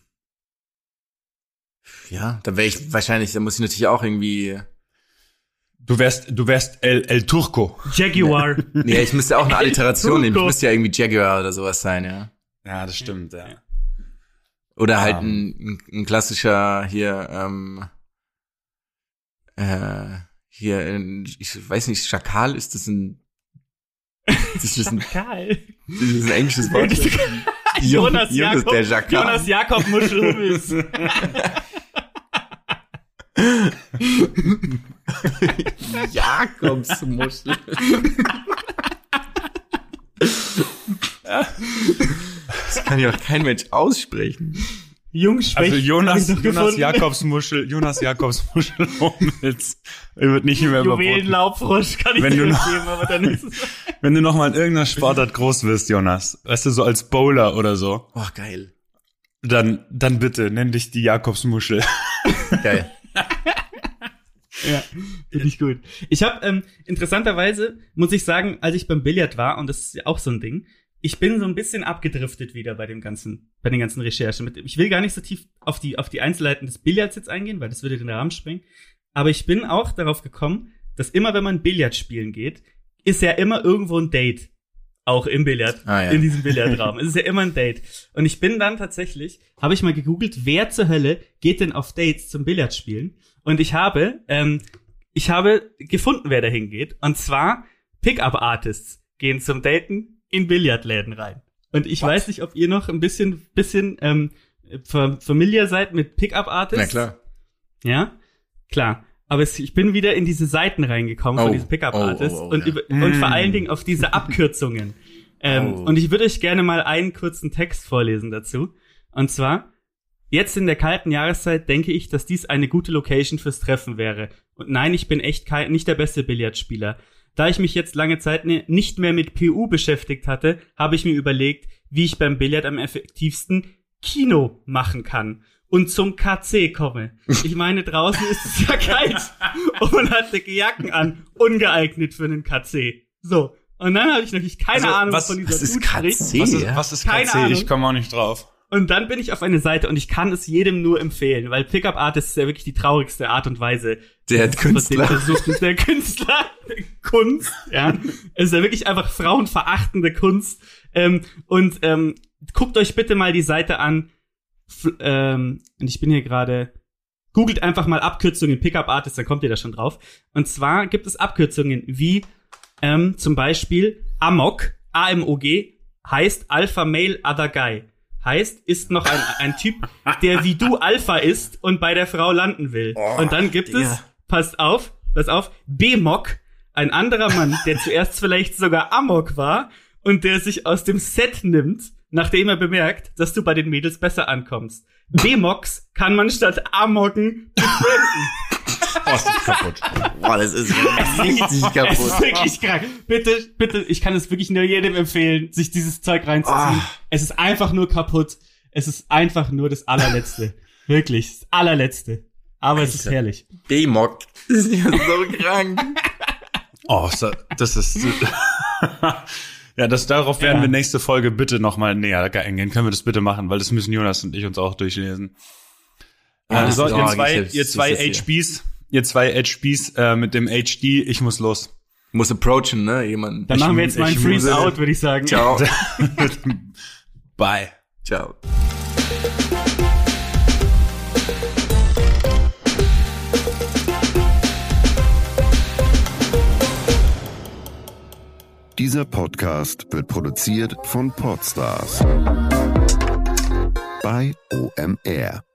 ja, da wäre ich wahrscheinlich, da muss ich natürlich auch irgendwie. Du wärst, du wärst El, El Turco. Jaguar. Nee, ich müsste auch eine Alliteration nehmen. Ich Turco. müsste ja irgendwie Jaguar oder sowas sein, ja. Ja, das stimmt, ja. Oder halt Um. ein, ein klassischer hier, ähm, äh, hier, ein, ich weiß nicht, Schakal, ist das ein, ist das ein, Geil. ist das ein englisches Wort? Jonas Jonas, Jakob. der Schakal. Jonas Jakob Muschelhummels. Jakobsmuschel. kann ja auch kein Mensch aussprechen. Also Jonas, Jonas Jakobsmuschel, Jonas Jakobsmuschel Hummels wird nicht mehr überboten. Juwelenlaubfrosch kann ich wenn dir du noch noch, geben, aber dann ist es... Wenn du noch mal in irgendeiner Sportart groß wirst, Jonas, weißt du, so als Bowler oder so, Oh, geil. dann, dann bitte, nenn dich die Jakobsmuschel. Geil. Ja, finde ich gut. Ich habe ähm, interessanterweise, muss ich sagen, als ich beim Billard war, und das ist ja auch so ein Ding, ich bin so ein bisschen abgedriftet wieder bei dem ganzen, bei den ganzen Recherchen. Ich will gar nicht so tief auf die, auf die Einzelheiten des Billards jetzt eingehen, weil das würde den Rahmen sprengen. Aber ich bin auch darauf gekommen, dass immer, wenn man Billard spielen geht, ist ja immer irgendwo ein Date. Auch im Billard, ah, ja. in diesem Billardraum. Es ist ja immer ein Date. Und ich bin dann tatsächlich, habe ich mal gegoogelt, wer zur Hölle geht denn auf Dates zum Billardspielen? Und ich habe, ähm, ich habe gefunden, wer dahin geht. Und zwar Pickup-Artists gehen zum Daten in Billardläden rein. Und ich What? weiß nicht, ob ihr noch ein bisschen, bisschen ähm, familiar seid mit Pickup-Artists. Na klar. Ja, klar. Aber es, ich bin wieder in diese Seiten reingekommen oh. von diesen Pickup-Artists oh, oh, oh, und, ja. über, mm. und vor allen Dingen auf diese Abkürzungen. ähm, oh. Und ich würde euch gerne mal einen kurzen Text vorlesen dazu. Und zwar: Jetzt in der kalten Jahreszeit denke ich, dass dies eine gute Location fürs Treffen wäre. Und nein, ich bin echt kein, nicht der beste Billardspieler. Da ich mich jetzt lange Zeit nicht mehr mit P U beschäftigt hatte, habe ich mir überlegt, wie ich beim Billard am effektivsten Kino machen kann und zum K C komme. Ich meine, draußen ist es ja kalt und man hat dicke Jacken an, ungeeignet für einen K C. So, und dann habe ich natürlich keine also, Ahnung, was, von dieser was ist Dude K C? spricht. Was ist, was ist K C? Keine Ahnung. Ich komme auch nicht drauf. Und dann bin ich auf eine Seite und ich kann es jedem nur empfehlen, weil Pickup Art ist ja wirklich die traurigste Art und Weise. Der Künstler. Versucht ist der Künstler. Kunst, ja. Es ist ja wirklich einfach frauenverachtende Kunst. Ähm, und ähm, guckt euch bitte mal die Seite an. F- ähm, und ich bin hier gerade... Googelt einfach mal Abkürzungen Pickup Artist, dann kommt ihr da schon drauf. Und zwar gibt es Abkürzungen wie ähm, zum Beispiel Amok, A M O G, heißt Alpha Male Other Guy. Heißt, ist noch ein, ein Typ, der wie du Alpha ist und bei der Frau landen will. Oh, und dann gibt Digga. es, passt auf, pass auf, B-Mock, ein anderer Mann, der zuerst vielleicht sogar Amok war und der sich aus dem Set nimmt, nachdem er bemerkt, dass du bei den Mädels besser ankommst. B-Mocks kann man statt Amocken befrienden. Oh, ist das kaputt. Boah, das ist richtig Es ist kaputt. wirklich krank. Bitte, bitte, ich kann es wirklich nur jedem empfehlen, sich dieses Zeug reinzuziehen. Ah. Es ist einfach nur kaputt. Es ist einfach nur das allerletzte. Wirklich, das allerletzte. Aber es ist Alter. herrlich. D-Mock. Das ist ja so krank. Oh, so- das ist... Ja, das, darauf werden Ja. wir nächste Folge bitte nochmal näher eingehen. Können wir das bitte machen, weil das müssen Jonas und ich uns auch durchlesen. Ja, Also, das ist ihr auch zwei, selbst- ihr zwei das ist H Bs, ihr zwei H Bs äh, mit dem H D, ich muss los. Muss approachen, ne, jemanden. Dann machen wir jetzt mal einen ich Freeze muss- Out, würde ich sagen. Ciao. Bye. Ciao. Dieser Podcast wird produziert von Podstars bei O M R.